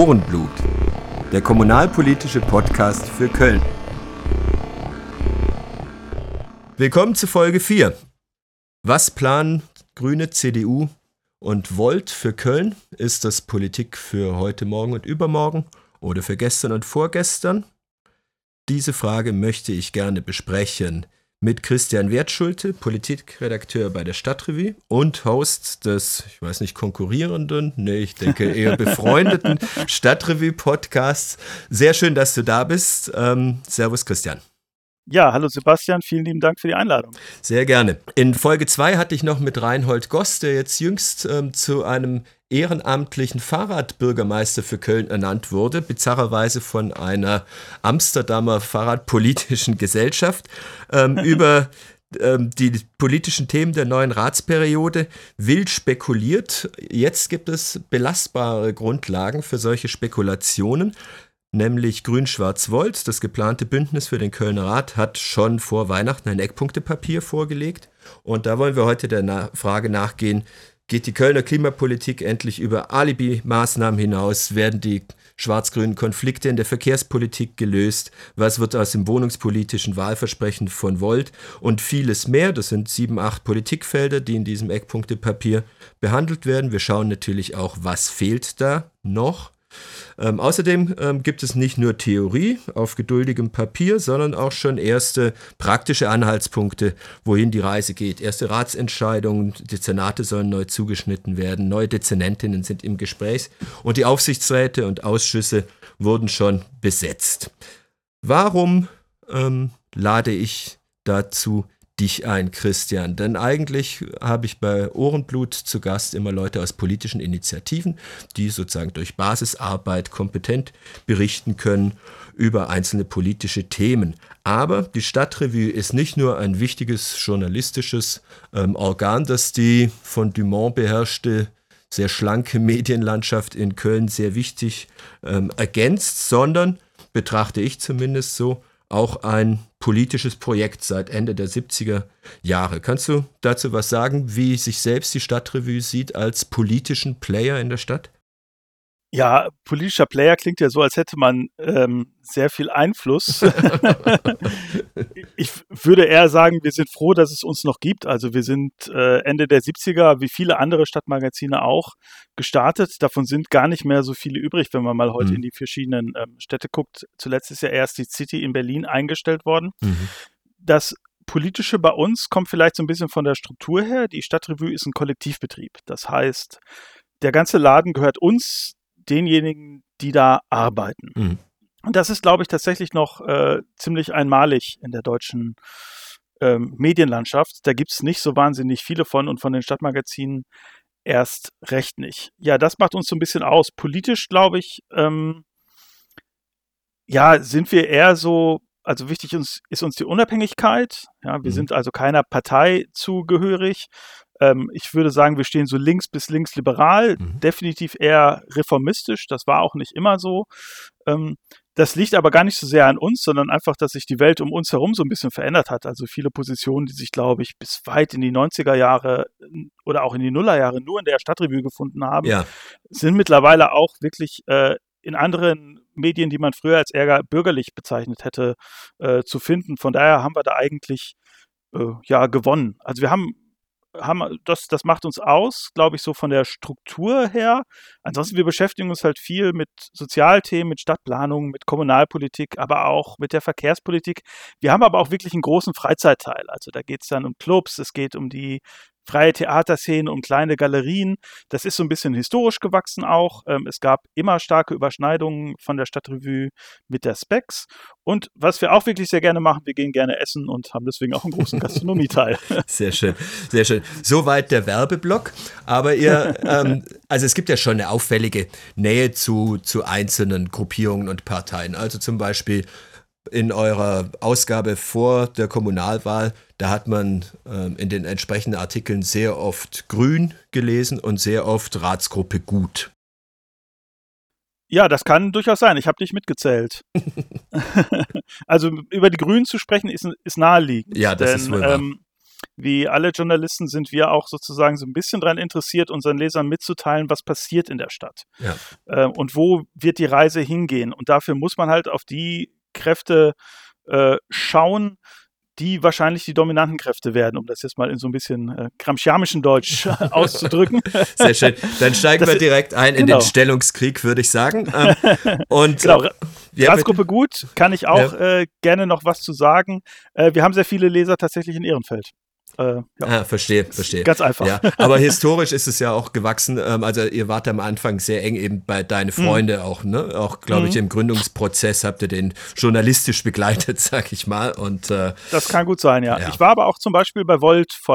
Ohrenblut, der kommunalpolitische Podcast für Köln. Willkommen zu Folge 4. Was planen Grüne, CDU und Volt für Köln? Ist das Politik für heute, morgen und übermorgen oder für gestern und vorgestern? Diese Frage möchte ich gerne besprechen mit Christian Wertschulte, Politikredakteur bei der Stadtrevue und Host des, ich weiß nicht, konkurrierenden, ich denke eher befreundeten Stadtrevue-Podcasts. Sehr schön, dass du da bist. Servus Christian. Ja, hallo Sebastian, vielen lieben Dank für die Einladung. Sehr gerne. In Folge 2 hatte ich noch mit Reinhold Goss, der jetzt jüngst zu einem ehrenamtlichen Fahrradbürgermeister für Köln ernannt wurde, bizarrerweise von einer Amsterdamer Fahrradpolitischen Gesellschaft, über die politischen Themen der neuen Ratsperiode wild spekuliert. Jetzt gibt es belastbare Grundlagen für solche Spekulationen. Nämlich Grün-Schwarz-Volt, das geplante Bündnis für den Kölner Rat, hat schon vor Weihnachten ein Eckpunktepapier vorgelegt. Und da wollen wir heute der Frage nachgehen, geht die Kölner Klimapolitik endlich über Alibi-Maßnahmen hinaus? Werden die schwarz-grünen Konflikte in der Verkehrspolitik gelöst? Was wird aus dem wohnungspolitischen Wahlversprechen von Volt? Und vieles mehr. Das sind 7, 8 Politikfelder, die in diesem Eckpunktepapier behandelt werden. Wir schauen natürlich auch, was fehlt da noch. Außerdem gibt es nicht nur Theorie auf geduldigem Papier, sondern auch schon erste praktische Anhaltspunkte, wohin die Reise geht. Erste Ratsentscheidungen, Dezernate sollen neu zugeschnitten werden, neue Dezernentinnen sind im Gespräch und die Aufsichtsräte und Ausschüsse wurden schon besetzt. Warum lade ich dazu dich ein, Christian? Denn eigentlich habe ich bei Ohrenblut zu Gast immer Leute aus politischen Initiativen, die sozusagen durch Basisarbeit kompetent berichten können über einzelne politische Themen. Aber die Stadtrevue ist nicht nur ein wichtiges journalistisches Organ, das die von Dumont beherrschte, sehr schlanke Medienlandschaft in Köln sehr wichtig ergänzt, sondern, betrachte ich zumindest so, auch ein politisches Projekt seit Ende der 70er Jahre. Kannst du dazu was sagen, wie sich selbst die Stadtrevue sieht als politischen Player in der Stadt? Ja, politischer Player klingt ja so, als hätte man sehr viel Einfluss. Ich würde eher sagen, wir sind froh, dass es uns noch gibt. Also wir sind Ende der 70er, wie viele andere Stadtmagazine auch, gestartet. Davon sind gar nicht mehr so viele übrig, wenn man mal heute in die verschiedenen Städte guckt. Zuletzt ist ja erst die City in Berlin eingestellt worden. Das Politische bei uns kommt vielleicht so ein bisschen von der Struktur her. Die Stadtrevue ist ein Kollektivbetrieb. Das heißt, der ganze Laden gehört uns, denjenigen, die da arbeiten. Und das ist, glaube ich, tatsächlich noch ziemlich einmalig in der deutschen Medienlandschaft. Da gibt es nicht so wahnsinnig viele von und von den Stadtmagazinen erst recht nicht. Ja, das macht uns so ein bisschen aus. Politisch, glaube ich, sind wir eher so, also wichtig ist uns die Unabhängigkeit. Ja, wir sind also keiner Partei zugehörig. Ich würde sagen, wir stehen so links bis linksliberal, definitiv eher reformistisch. Das war auch nicht immer so. Das liegt aber gar nicht so sehr an uns, sondern einfach, dass sich die Welt um uns herum so ein bisschen verändert hat. Also viele Positionen, die sich, glaube ich, bis weit in die 90er Jahre oder auch in die Nullerjahre nur in der Stadtrevue gefunden haben, sind mittlerweile auch wirklich in anderen Medien, die man früher als eher bürgerlich bezeichnet hätte, zu finden. Von daher haben wir da eigentlich gewonnen. Also wir haben das macht uns aus, glaube ich, so von der Struktur her. Ansonsten, wir beschäftigen uns halt viel mit Sozialthemen, mit Stadtplanung, mit Kommunalpolitik, aber auch mit der Verkehrspolitik. Wir haben aber auch wirklich einen großen Freizeitteil. Also da geht es dann um Clubs, es geht um die freie Theaterszene, um kleine Galerien. Das ist so ein bisschen historisch gewachsen auch. Es gab immer starke Überschneidungen von der Stadtrevue mit der Spex. Und was wir auch wirklich sehr gerne machen, wir gehen gerne essen und haben deswegen auch einen großen Gastronomieteil. Sehr schön, sehr schön. Soweit der Werbeblock. Aber ihr, also es gibt ja schon eine auffällige Nähe zu einzelnen Gruppierungen und Parteien. Also zum Beispiel in eurer Ausgabe vor der Kommunalwahl, da hat man in den entsprechenden Artikeln sehr oft Grün gelesen und sehr oft Ratsgruppe Gut. Ja, das kann durchaus sein. Ich habe dich mitgezählt. Also über die Grünen zu sprechen ist naheliegend. Ja, das ist wohl wahr. wie alle Journalisten sind wir auch sozusagen so ein bisschen daran interessiert, unseren Lesern mitzuteilen, was passiert in der Stadt. Ja. Und wo wird die Reise hingehen. Und dafür muss man halt auf die Kräfte schauen, die wahrscheinlich die dominanten Kräfte werden, um das jetzt mal in so ein bisschen gramsciamischem Deutsch auszudrücken. Sehr schön. Dann steigen wir direkt ein in den Stellungskrieg, würde ich sagen. Und genau. Ratsgruppe gut, kann ich auch gerne noch was zu sagen. Wir haben sehr viele Leser tatsächlich in Ehrenfeld. Verstehe. Ganz einfach. Ja, aber historisch ist es ja auch gewachsen. Also ihr wart am Anfang sehr eng eben bei Deine Freunde auch, ne? Auch, glaube ich, im Gründungsprozess habt ihr den journalistisch begleitet, sag ich mal. Und das kann gut sein, ja. Ich war aber auch zum Beispiel bei Volt vor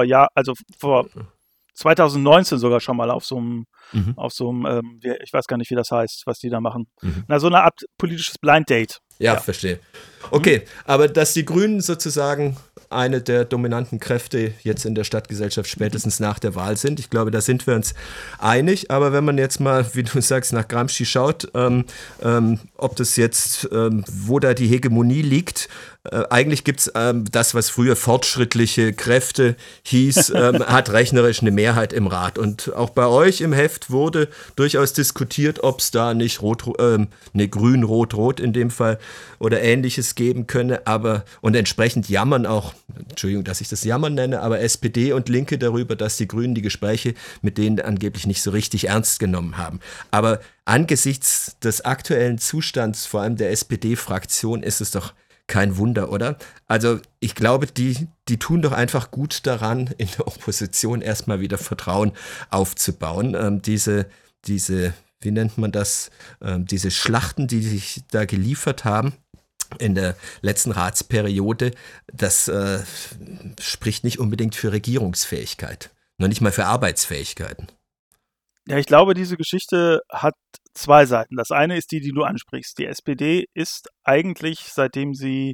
2019 sogar schon mal auf so einem, ich weiß gar nicht, wie das heißt, was die da machen. Na, so eine Art politisches Blind Date. Ja, verstehe. Okay, aber dass die Grünen sozusagen eine der dominanten Kräfte jetzt in der Stadtgesellschaft spätestens nach der Wahl sind. Ich glaube, da sind wir uns einig. Aber wenn man jetzt mal, wie du sagst, nach Gramsci schaut, ob das jetzt, wo da die Hegemonie liegt, eigentlich gibt es das, was früher fortschrittliche Kräfte hieß, hat rechnerisch eine Mehrheit im Rat. Und auch bei euch im Heft wurde durchaus diskutiert, ob es da nicht grün-rot-rot in dem Fall oder Ähnliches geben könne. Und entsprechend jammern auch, Entschuldigung, dass ich das Jammern nenne, aber SPD und Linke darüber, dass die Grünen die Gespräche mit denen angeblich nicht so richtig ernst genommen haben. Aber angesichts des aktuellen Zustands, vor allem der SPD-Fraktion, ist es doch kein Wunder, oder? Also ich glaube, die tun doch einfach gut daran, in der Opposition erstmal wieder Vertrauen aufzubauen. Diese, wie nennt man das, diese Schlachten, die sich da geliefert haben in der letzten Ratsperiode, das spricht nicht unbedingt für Regierungsfähigkeit, noch nicht mal für Arbeitsfähigkeiten. Ja, ich glaube, diese Geschichte hat zwei Seiten. Das eine ist die du ansprichst. Die SPD ist eigentlich, seitdem sie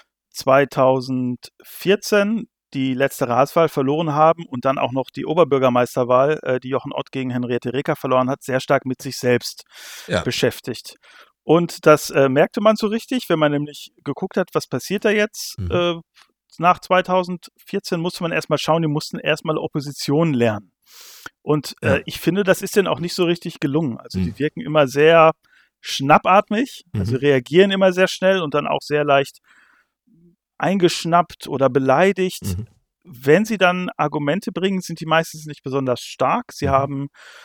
2014 die letzte Ratswahl verloren haben und dann auch noch die Oberbürgermeisterwahl, die Jochen Ott gegen Henriette Reker verloren hat, sehr stark mit sich selbst beschäftigt. Und das merkte man so richtig, wenn man nämlich geguckt hat, was passiert da jetzt. Nach 2014 musste man erstmal schauen, die mussten erstmal Opposition lernen. Und ich finde, das ist denen auch nicht so richtig gelungen. Also die wirken immer sehr schnappatmig, also reagieren immer sehr schnell und dann auch sehr leicht eingeschnappt oder beleidigt. Wenn sie dann Argumente bringen, sind die meistens nicht besonders stark. Sie haben,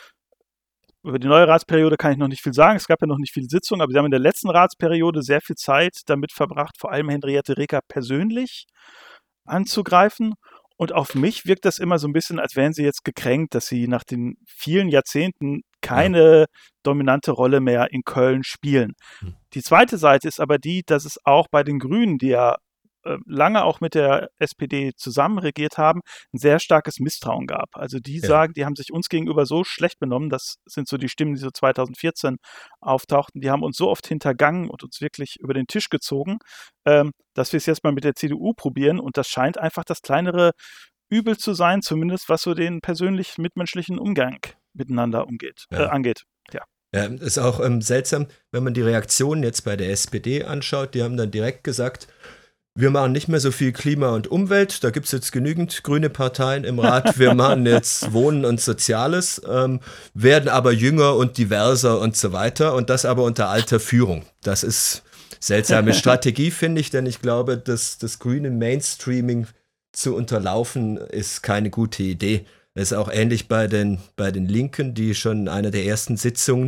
über die neue Ratsperiode kann ich noch nicht viel sagen, es gab ja noch nicht viele Sitzungen, aber sie haben in der letzten Ratsperiode sehr viel Zeit damit verbracht, vor allem Henriette Reker persönlich anzugreifen. Und auf mich wirkt das immer so ein bisschen, als wären sie jetzt gekränkt, dass sie nach den vielen Jahrzehnten keine dominante Rolle mehr in Köln spielen. Die zweite Seite ist aber die, dass es auch bei den Grünen, die ja lange auch mit der SPD zusammen regiert haben, ein sehr starkes Misstrauen gab. Also die sagen, die haben sich uns gegenüber so schlecht benommen, das sind so die Stimmen, die so 2014 auftauchten, die haben uns so oft hintergangen und uns wirklich über den Tisch gezogen, dass wir es jetzt mal mit der CDU probieren und das scheint einfach das kleinere Übel zu sein, zumindest was so den persönlichen, mitmenschlichen Umgang miteinander angeht. Ja, ist auch seltsam, wenn man die Reaktionen jetzt bei der SPD anschaut, die haben dann direkt gesagt, wir machen nicht mehr so viel Klima und Umwelt, da gibt es jetzt genügend grüne Parteien im Rat, wir machen jetzt Wohnen und Soziales, werden aber jünger und diverser und so weiter und das aber unter alter Führung. Das ist seltsame Strategie, finde ich, denn ich glaube, dass das grüne Mainstreaming zu unterlaufen ist keine gute Idee. Das ist auch ähnlich bei den Linken, die schon in einer der ersten Sitzungen,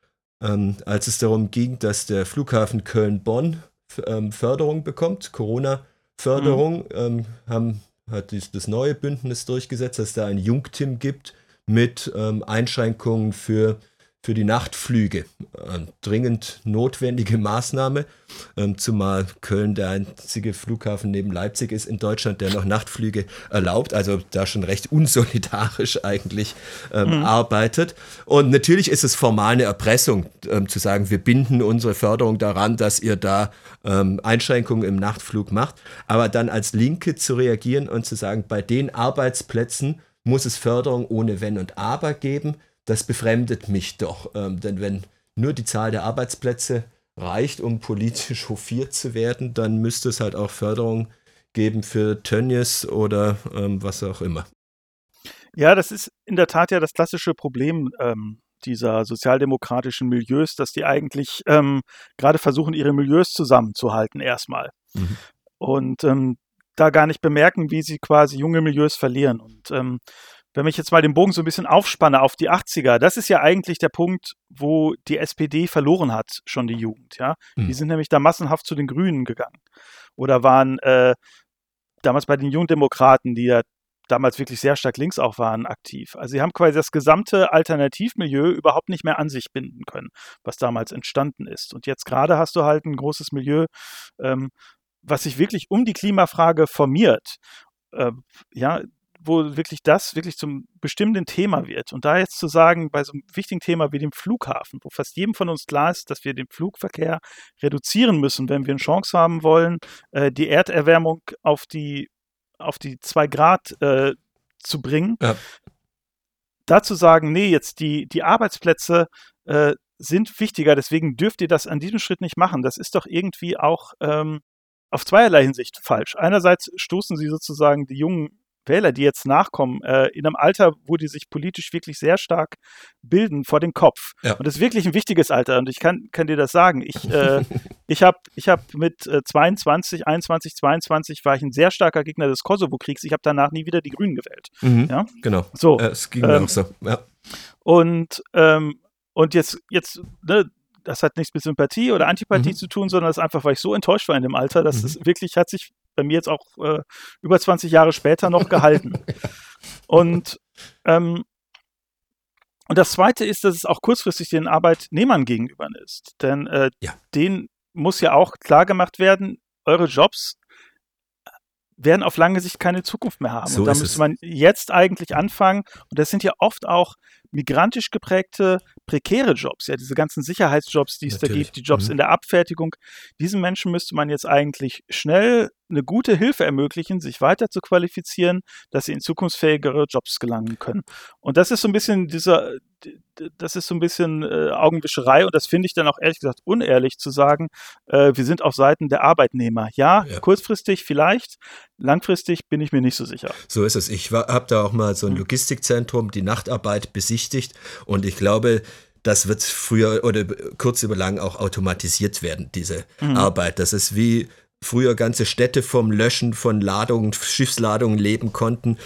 als es darum ging, dass der Flughafen Köln-Bonn Förderung bekommt, Corona-Förderung, hat das neue Bündnis durchgesetzt, dass es da ein Jungtim gibt mit Einschränkungen für die Nachtflüge. Dringend notwendige Maßnahme, zumal Köln der einzige Flughafen neben Leipzig ist in Deutschland, der noch Nachtflüge erlaubt, also da schon recht unsolidarisch eigentlich arbeitet. Und natürlich ist es formal eine Erpressung, zu sagen, wir binden unsere Förderung daran, dass ihr da Einschränkungen im Nachtflug macht, aber dann als Linke zu reagieren und zu sagen, bei den Arbeitsplätzen muss es Förderung ohne Wenn und Aber geben. Das befremdet mich doch, denn wenn nur die Zahl der Arbeitsplätze reicht, um politisch hofiert zu werden, dann müsste es halt auch Förderung geben für Tönnies oder was auch immer. Ja, das ist in der Tat ja das klassische Problem dieser sozialdemokratischen Milieus, dass die eigentlich gerade versuchen, ihre Milieus zusammenzuhalten erstmal. Mhm. Und da gar nicht bemerken, wie sie quasi junge Milieus verlieren. Und wenn ich jetzt mal den Bogen so ein bisschen aufspanne auf die 80er, das ist ja eigentlich der Punkt, wo die SPD verloren hat, schon die Jugend. Ja? Die sind nämlich da massenhaft zu den Grünen gegangen. Oder waren damals bei den Jungdemokraten, die ja damals wirklich sehr stark links auch waren, aktiv. Also sie haben quasi das gesamte Alternativmilieu überhaupt nicht mehr an sich binden können, was damals entstanden ist. Und jetzt gerade hast du halt ein großes Milieu, was sich wirklich um die Klimafrage formiert. Ja, wo wirklich das wirklich zum bestimmenden Thema wird. Und da jetzt zu sagen, bei so einem wichtigen Thema wie dem Flughafen, wo fast jedem von uns klar ist, dass wir den Flugverkehr reduzieren müssen, wenn wir eine Chance haben wollen, die Erderwärmung auf die 2 Grad zu bringen, da zu sagen, nee, jetzt die Arbeitsplätze sind wichtiger, deswegen dürft ihr das an diesem Schritt nicht machen. Das ist doch irgendwie auch auf zweierlei Hinsicht falsch. Einerseits stoßen sie sozusagen die jungen Wähler, die jetzt nachkommen, in einem Alter, wo die sich politisch wirklich sehr stark bilden, vor den Kopf. Ja. Und das ist wirklich ein wichtiges Alter. Und ich kann dir das sagen. Ich hab mit 21, 22 war ich ein sehr starker Gegner des Kosovo-Kriegs. Ich habe danach nie wieder die Grünen gewählt. Mhm, ja? Genau. So, es ging mir auch so. Ja. Und jetzt ne, das hat nichts mit Sympathie oder Antipathie zu tun, sondern das ist einfach, weil ich so enttäuscht war in dem Alter, dass es wirklich, hat sich bei mir jetzt auch über 20 Jahre später noch gehalten. Und das Zweite ist, dass es auch kurzfristig den Arbeitnehmern gegenüber ist. Denn denen muss ja auch klar gemacht werden, eure Jobs werden auf lange Sicht keine Zukunft mehr haben. So und da müsste man jetzt eigentlich anfangen. Und das sind ja oft auch migrantisch geprägte, prekäre Jobs, ja, diese ganzen Sicherheitsjobs, die es da gibt, die Jobs in der Abfertigung. Diesen Menschen müsste man jetzt eigentlich schnell eine gute Hilfe ermöglichen, sich weiter zu qualifizieren, dass sie in zukunftsfähigere Jobs gelangen können. Und das ist so ein bisschen Augenwischerei, und das finde ich dann auch ehrlich gesagt unehrlich zu sagen, wir sind auf Seiten der Arbeitnehmer. Ja, kurzfristig vielleicht, langfristig bin ich mir nicht so sicher. So ist es. Ich habe da auch mal so ein Logistikzentrum, die Nachtarbeit besichtigt, und ich glaube, das wird früher oder kurz über lang auch automatisiert werden, diese Arbeit. Das ist wie früher ganze Städte vom Löschen von Ladungen, Schiffsladungen leben konnten.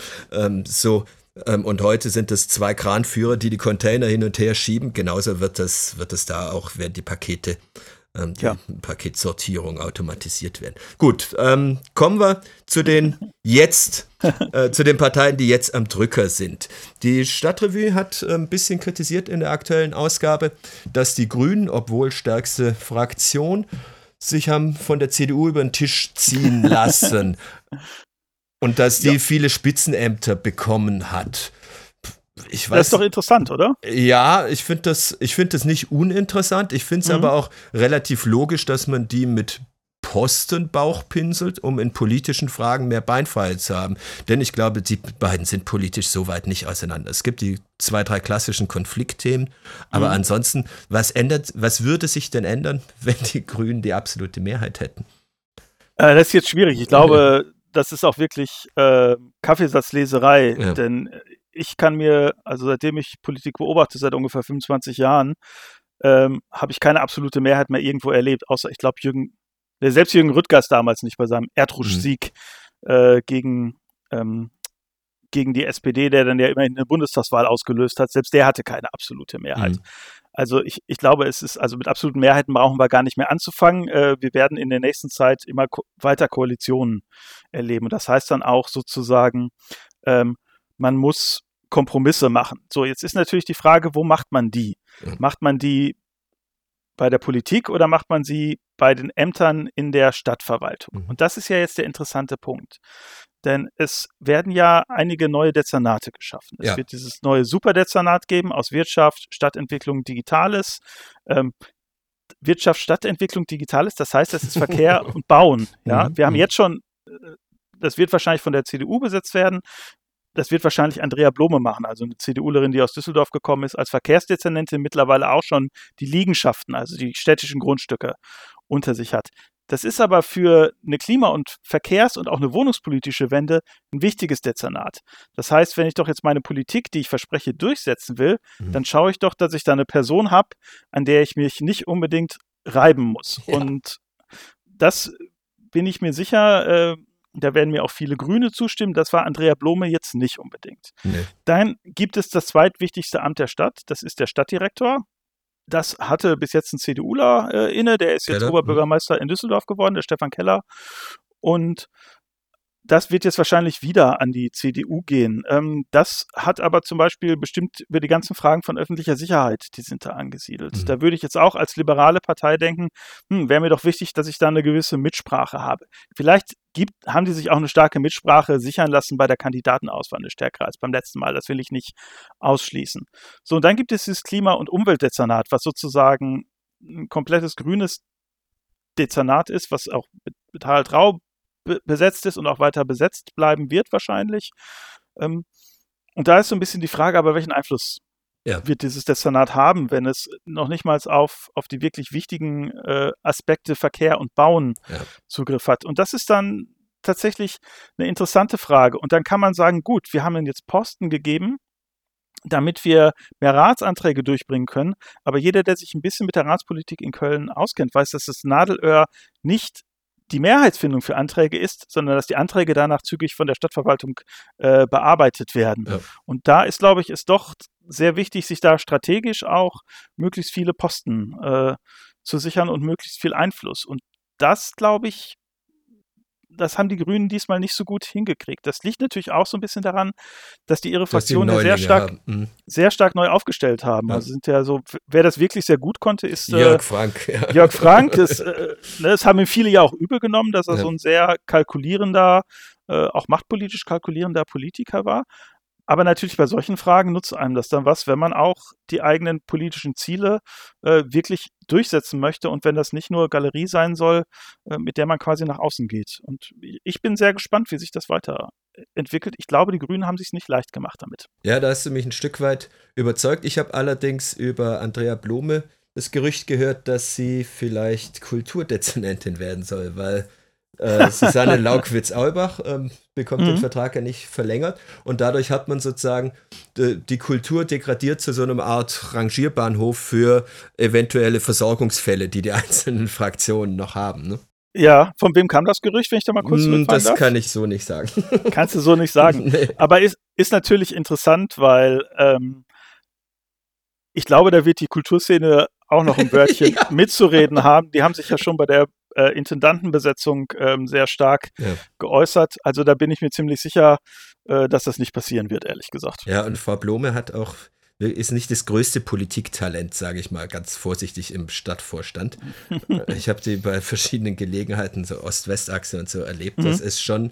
Und heute sind es 2 Kranführer, die Container hin und her schieben. Genauso wird es da auch, werden die Pakete, Paketsortierung automatisiert werden. Gut, kommen wir zu den zu den Parteien, die jetzt am Drücker sind. Die Stadtrevue hat ein bisschen kritisiert in der aktuellen Ausgabe, dass die Grünen, obwohl stärkste Fraktion, sich haben von der CDU über den Tisch ziehen lassen. Und dass die viele Spitzenämter bekommen hat. Das ist doch interessant, oder? Ja, ich finde das nicht uninteressant. Ich finde es aber auch relativ logisch, dass man die mit Postenbauch pinselt, um in politischen Fragen mehr Beinfreiheit zu haben. Denn ich glaube, die beiden sind politisch so weit nicht auseinander. Es gibt die 2, 3 klassischen Konfliktthemen, aber ansonsten, was würde sich denn ändern, wenn die Grünen die absolute Mehrheit hätten? Das ist jetzt schwierig. Ich glaube, das ist auch wirklich Kaffeesatzleserei, denn ich kann mir, also seitdem ich Politik beobachte, seit ungefähr 25 Jahren, habe ich keine absolute Mehrheit mehr irgendwo erlebt, außer, ich glaube, selbst Jürgen Rüttgers damals nicht bei seinem Erdrutsch-Sieg gegen die SPD, der dann ja immerhin eine Bundestagswahl ausgelöst hat, selbst der hatte keine absolute Mehrheit. Also ich glaube, mit absoluten Mehrheiten brauchen wir gar nicht mehr anzufangen. Wir werden in der nächsten Zeit immer weiter Koalitionen erleben. Und das heißt dann auch sozusagen, man muss Kompromisse machen. So, jetzt ist natürlich die Frage, wo macht man die? Macht man die bei der Politik oder macht man sie bei den Ämtern in der Stadtverwaltung? Und das ist ja jetzt der interessante Punkt. Denn es werden ja einige neue Dezernate geschaffen. Es wird dieses neue Superdezernat geben aus Wirtschaft, Stadtentwicklung, Digitales. Wirtschaft, Stadtentwicklung, Digitales, das heißt, das ist Verkehr und Bauen. Ja? Wir haben jetzt schon, das wird wahrscheinlich von der CDU besetzt werden. Das wird wahrscheinlich Andrea Blome machen, also eine CDUlerin, die aus Düsseldorf gekommen ist, als Verkehrsdezernentin mittlerweile auch schon die Liegenschaften, also die städtischen Grundstücke unter sich hat. Das ist aber für eine Klima- und Verkehrs- und auch eine wohnungspolitische Wende ein wichtiges Dezernat. Das heißt, wenn ich doch jetzt meine Politik, die ich verspreche, durchsetzen will, dann schaue ich doch, dass ich da eine Person habe, an der ich mich nicht unbedingt reiben muss. Ja. Und das bin ich mir sicher, da werden mir auch viele Grüne zustimmen, das war Andrea Blome jetzt nicht unbedingt. Nee. Dann gibt es das zweitwichtigste Amt der Stadt, das ist der Stadtdirektor. Das hatte bis jetzt ein CDUler inne, der ist jetzt Oberbürgermeister in Düsseldorf geworden, der Stefan Keller. Und das wird jetzt wahrscheinlich wieder an die CDU gehen. Das hat aber zum Beispiel bestimmt über die ganzen Fragen von öffentlicher Sicherheit, die sind da angesiedelt. Mhm. Da würde ich jetzt auch als liberale Partei denken, wäre mir doch wichtig, dass ich da eine gewisse Mitsprache habe. Vielleicht haben die sich auch eine starke Mitsprache sichern lassen bei der Kandidatenauswahl, eine stärkere als beim letzten Mal. Das will ich nicht ausschließen. So, und dann gibt es dieses Klima- und Umweltdezernat, was sozusagen ein komplettes grünes Dezernat ist, was auch mit Harald Rau besetzt ist und auch weiter besetzt bleiben wird wahrscheinlich. Und da ist so ein bisschen die Frage, aber welchen Einfluss wird dieses Dezernat haben, wenn es noch nicht mal auf die wirklich wichtigen Aspekte Verkehr und Bauen Zugriff hat. Und das ist dann tatsächlich eine interessante Frage. Und dann kann man sagen, gut, wir haben ihnen jetzt Posten gegeben, damit wir mehr Ratsanträge durchbringen können. Aber jeder, der sich ein bisschen mit der Ratspolitik in Köln auskennt, weiß, dass das Nadelöhr nicht die Mehrheitsfindung für Anträge ist, sondern dass die Anträge danach zügig von der Stadtverwaltung bearbeitet werden. Ja. Und da ist, glaube ich, doch sehr wichtig, sich da strategisch auch möglichst viele Posten zu sichern und möglichst viel Einfluss. Und das, glaube ich, das haben die Grünen diesmal nicht so gut hingekriegt. Das liegt natürlich auch so ein bisschen daran, dass die ihre Fraktion sehr stark neu aufgestellt haben. Ja. Also sind ja so, wer das wirklich sehr gut konnte, ist Jörg Frank. Ja. Jörg Frank. Das haben ihm viele ja auch übel genommen, dass er so ein sehr kalkulierender, auch machtpolitisch kalkulierender Politiker war. Aber natürlich bei solchen Fragen nutzt einem das dann was, wenn man auch die eigenen politischen Ziele wirklich durchsetzen möchte und wenn das nicht nur Galerie sein soll, mit der man quasi nach außen geht. Und ich bin sehr gespannt, wie sich das weiterentwickelt. Ich glaube, die Grünen haben sich es nicht leicht gemacht damit. Ja, da hast du mich ein Stück weit überzeugt. Ich habe allerdings über Andrea Blome das Gerücht gehört, dass sie vielleicht Kulturdezernentin werden soll, weil Susanne Laukwitz-Aulbach bekommt den Vertrag ja nicht verlängert und dadurch hat man sozusagen die Kultur degradiert zu so einer Art Rangierbahnhof für eventuelle Versorgungsfälle, die einzelnen Fraktionen noch haben. Ne? Ja, von wem kam das Gerücht, wenn ich da mal kurz mitfallen darf? Das kann ich so nicht sagen. Kannst du so nicht sagen. Nee. Aber ist natürlich interessant, weil ich glaube, da wird die Kulturszene auch noch ein Wörtchen mitzureden haben. Die haben sich ja schon bei der Intendantenbesetzung sehr stark geäußert. Also da bin ich mir ziemlich sicher, dass das nicht passieren wird, ehrlich gesagt. Ja, und Frau Blome ist nicht das größte Politiktalent, sage ich mal ganz vorsichtig, im Stadtvorstand. Ich habe die bei verschiedenen Gelegenheiten, so Ost-West-Achse und so erlebt. Das ist schon,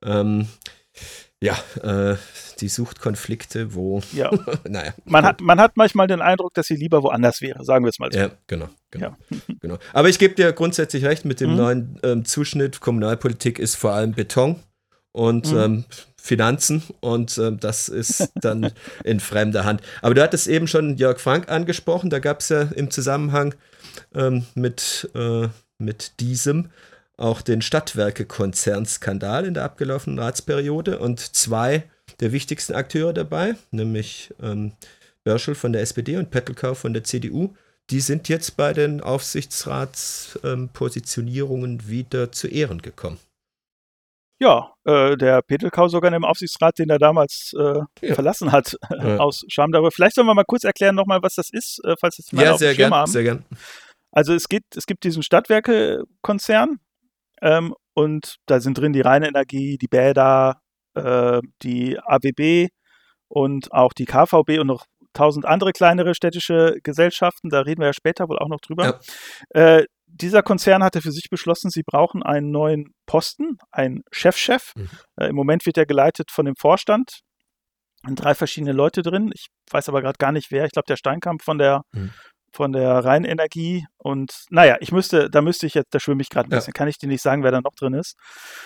die sucht Konflikte, wo, naja. Man hat manchmal den Eindruck, dass sie lieber woanders wäre, sagen wir es mal so. Ja, genau. Aber ich gebe dir grundsätzlich recht, mit dem neuen Zuschnitt, Kommunalpolitik ist vor allem Beton und Finanzen und das ist dann in fremder Hand. Aber du hattest eben schon Jörg Frank angesprochen, da gab es ja im Zusammenhang mit diesem auch den Stadtwerke-Konzernskandal in der abgelaufenen Ratsperiode und zwei der wichtigsten Akteure dabei, nämlich Börschel von der SPD und Pettelkau von der CDU, die sind jetzt bei den Aufsichtsratspositionierungen wieder zu Ehren gekommen. Ja, der Pettelkau sogar in dem Aufsichtsrat, den er damals verlassen hat, aus Scham darüber. Vielleicht sollen wir mal kurz erklären nochmal, was das ist, falls jetzt mal auf dem Schirm haben. Sehr gern. Also es gibt diesen Stadtwerke-Konzern und da sind drin die Rheinenergie, die Bäder, die AWB und auch die KVB und noch 1000 andere kleinere städtische Gesellschaften. Da reden wir ja später wohl auch noch drüber. Ja. Dieser Konzern hatte für sich beschlossen, sie brauchen einen neuen Posten, einen Chefchef. Im Moment wird er geleitet von dem Vorstand. Sind 3 verschiedene Leute drin. Ich weiß aber gerade gar nicht wer. Ich glaube, der Steinkamp von der Rheinenergie. Und naja, da schwimme ich gerade ein bisschen. Kann ich dir nicht sagen, wer da noch drin ist.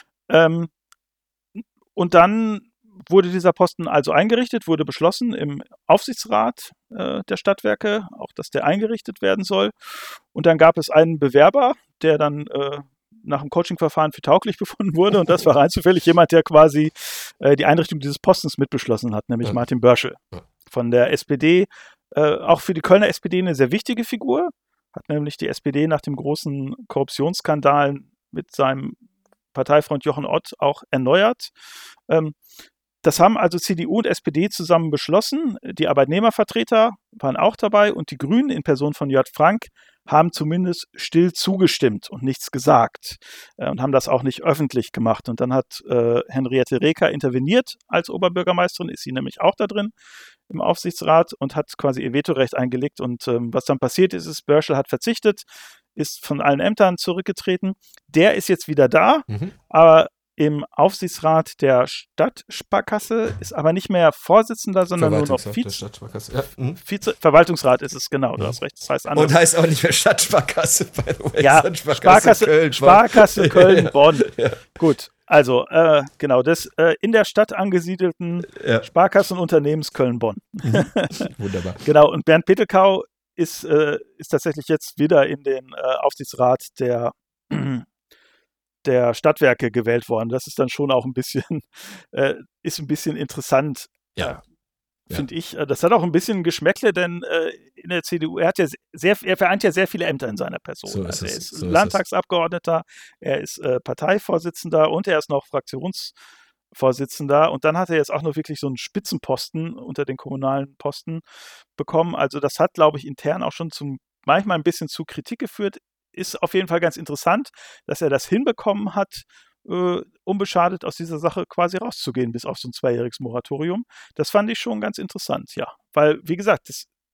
Und dann wurde dieser Posten also eingerichtet, wurde beschlossen im Aufsichtsrat der Stadtwerke, auch dass der eingerichtet werden soll. Und dann gab es einen Bewerber, der dann nach dem Coaching-Verfahren für tauglich befunden wurde. Und das war rein zufällig jemand, der quasi die Einrichtung dieses Postens mitbeschlossen hat, nämlich Martin Börschel von der SPD. Auch für die Kölner SPD eine sehr wichtige Figur. Hat nämlich die SPD nach dem großen Korruptionsskandal mit seinem Parteifreund Jochen Ott auch erneuert. Das haben also CDU und SPD zusammen beschlossen. Die Arbeitnehmervertreter waren auch dabei und die Grünen in Person von Jörg Frank haben zumindest still zugestimmt und nichts gesagt und haben das auch nicht öffentlich gemacht. Und dann hat Henriette Reker interveniert als Oberbürgermeisterin, ist sie nämlich auch da drin im Aufsichtsrat und hat quasi ihr Vetorecht eingelegt. Und was dann passiert ist, Börschel hat verzichtet, ist von allen Ämtern zurückgetreten. Der ist jetzt wieder da, aber im Aufsichtsrat der Stadtsparkasse ist aber nicht mehr Vorsitzender, sondern nur noch Verwaltungsrat ist es, genau, du hast recht. Das heißt anders. Und heißt auch nicht mehr Stadtsparkasse, by the way. Ja, Sparkasse Köln-Bonn. Ja. Gut, also genau, das in der Stadt angesiedelten Sparkassenunternehmens Köln-Bonn. Wunderbar. Genau, und Bernd Petelkau ist tatsächlich jetzt wieder in den Aufsichtsrat der Stadtwerke gewählt worden. Das ist dann schon auch ein bisschen interessant, finde ich. Das hat auch ein bisschen Geschmäckle, denn in der CDU, er vereint ja sehr viele Ämter in seiner Person. So also er ist Landtagsabgeordneter, er ist Parteivorsitzender und er ist noch Fraktionsvorsitzender. Und dann hat er jetzt auch noch wirklich so einen Spitzenposten unter den kommunalen Posten bekommen. Also das hat, glaube ich, intern auch schon manchmal ein bisschen zu Kritik geführt. Ist auf jeden Fall ganz interessant, dass er das hinbekommen hat, unbeschadet aus dieser Sache quasi rauszugehen, bis auf so ein 2-jähriges Moratorium. Das fand ich schon ganz interessant, ja. Weil, wie gesagt,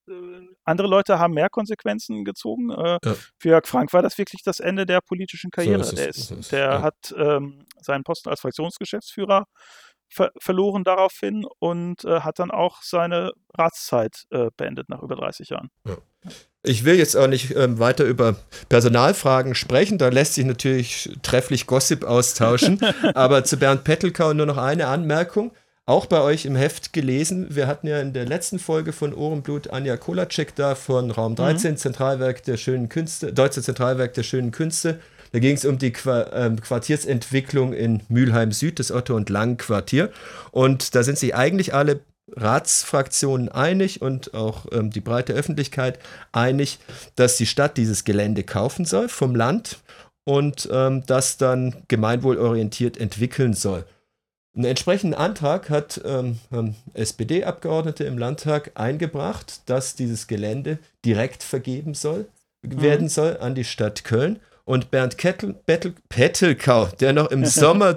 andere Leute haben mehr Konsequenzen gezogen. Für Jörg Frank war das wirklich das Ende der politischen Karriere. Der hat seinen Posten als Fraktionsgeschäftsführer verloren daraufhin und hat dann auch seine Ratszeit beendet nach über 30 Jahren. Ja. Ich will jetzt auch nicht weiter über Personalfragen sprechen, da lässt sich natürlich trefflich Gossip austauschen, aber zu Bernd Petelkau nur noch eine Anmerkung, auch bei euch im Heft gelesen, wir hatten ja in der letzten Folge von Ohrenblut Anja Kolacek da von Raum 13, Zentralwerk der schönen Künste, Deutsche Zentralwerk der schönen Künste. Da ging es um die Quartiersentwicklung in Mülheim Süd, das Otto- und Lang-Quartier. Und da sind sich eigentlich alle Ratsfraktionen einig und auch die breite Öffentlichkeit einig, dass die Stadt dieses Gelände kaufen soll vom Land und das dann gemeinwohlorientiert entwickeln soll. Einen entsprechenden Antrag hat SPD-Abgeordnete im Landtag eingebracht, dass dieses Gelände direkt vergeben werden soll an die Stadt Köln. Und Bernd Petelkau, der noch im Sommer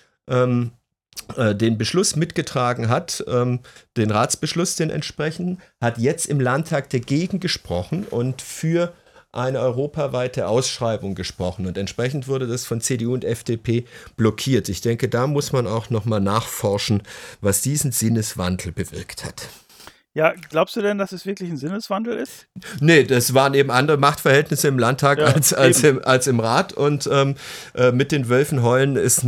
den Beschluss mitgetragen hat, den Ratsbeschluss, den entsprechenden, hat jetzt im Landtag dagegen gesprochen und für eine europaweite Ausschreibung gesprochen. Und entsprechend wurde das von CDU und FDP blockiert. Ich denke, da muss man auch nochmal nachforschen, was diesen Sinneswandel bewirkt hat. Ja, glaubst du denn, dass es wirklich ein Sinneswandel ist? Nee, das waren eben andere Machtverhältnisse im Landtag als im Rat. Und mit den Wölfen heulen ist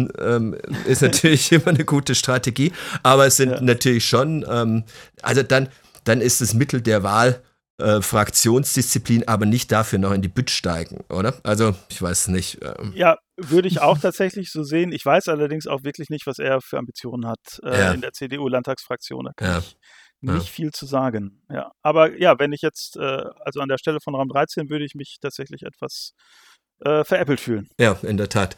natürlich immer eine gute Strategie. Aber es sind natürlich schon, also dann ist das Mittel der Wahl Fraktionsdisziplin, aber nicht dafür noch in die Bütt steigen, oder? Also, ich weiß nicht. Ja, würde ich auch tatsächlich so sehen. Ich weiß allerdings auch wirklich nicht, was er für Ambitionen hat in der CDU-Landtagsfraktion. Da kann ich nicht viel zu sagen. Ja. Aber ja, wenn ich jetzt, also an der Stelle von Raum 13 würde ich mich tatsächlich etwas veräppelt fühlen. Ja, in der Tat.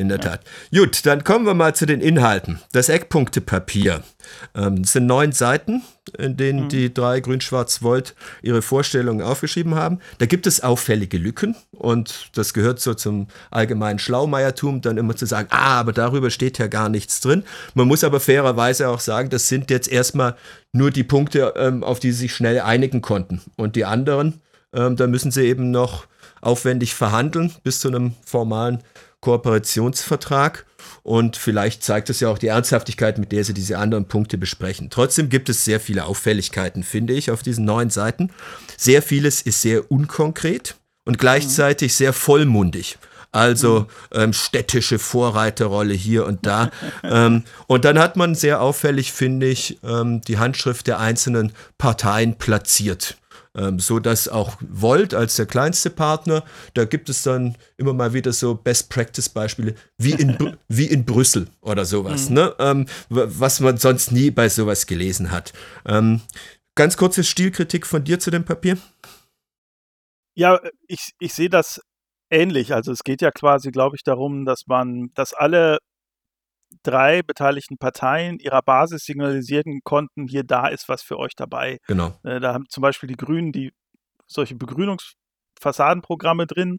Gut, dann kommen wir mal zu den Inhalten. Das Eckpunktepapier. Es sind 9 Seiten, in denen die 3 Grün-Schwarz-Volt ihre Vorstellungen aufgeschrieben haben. Da gibt es auffällige Lücken und das gehört so zum allgemeinen Schlaumeiertum, dann immer zu sagen, aber darüber steht ja gar nichts drin. Man muss aber fairerweise auch sagen, das sind jetzt erstmal nur die Punkte, auf die sie sich schnell einigen konnten. Und die anderen, da müssen sie eben noch aufwendig verhandeln bis zu einem formalen Kooperationsvertrag und vielleicht zeigt es ja auch die Ernsthaftigkeit, mit der sie diese anderen Punkte besprechen. Trotzdem gibt es sehr viele Auffälligkeiten, finde ich, auf diesen 9 Seiten. Sehr vieles ist sehr unkonkret und gleichzeitig sehr vollmundig. Also städtische Vorreiterrolle hier und da. Und dann hat man sehr auffällig, finde ich, die Handschrift der einzelnen Parteien platziert. So dass auch Volt als der kleinste Partner, da gibt es dann immer mal wieder so Best-Practice-Beispiele, wie in Brüssel oder sowas, ne? Was man sonst nie bei sowas gelesen hat. Ganz kurze Stilkritik von dir zu dem Papier. Ja, ich sehe das ähnlich. Also es geht ja quasi, glaube ich, darum, dass alle 3 beteiligten Parteien ihrer Basis signalisieren konnten, hier, da ist was für euch dabei. Genau. Da haben zum Beispiel die Grünen solche Begrünungsfassadenprogramme drin.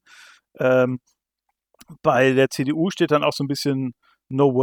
Bei der CDU steht dann auch so ein bisschen New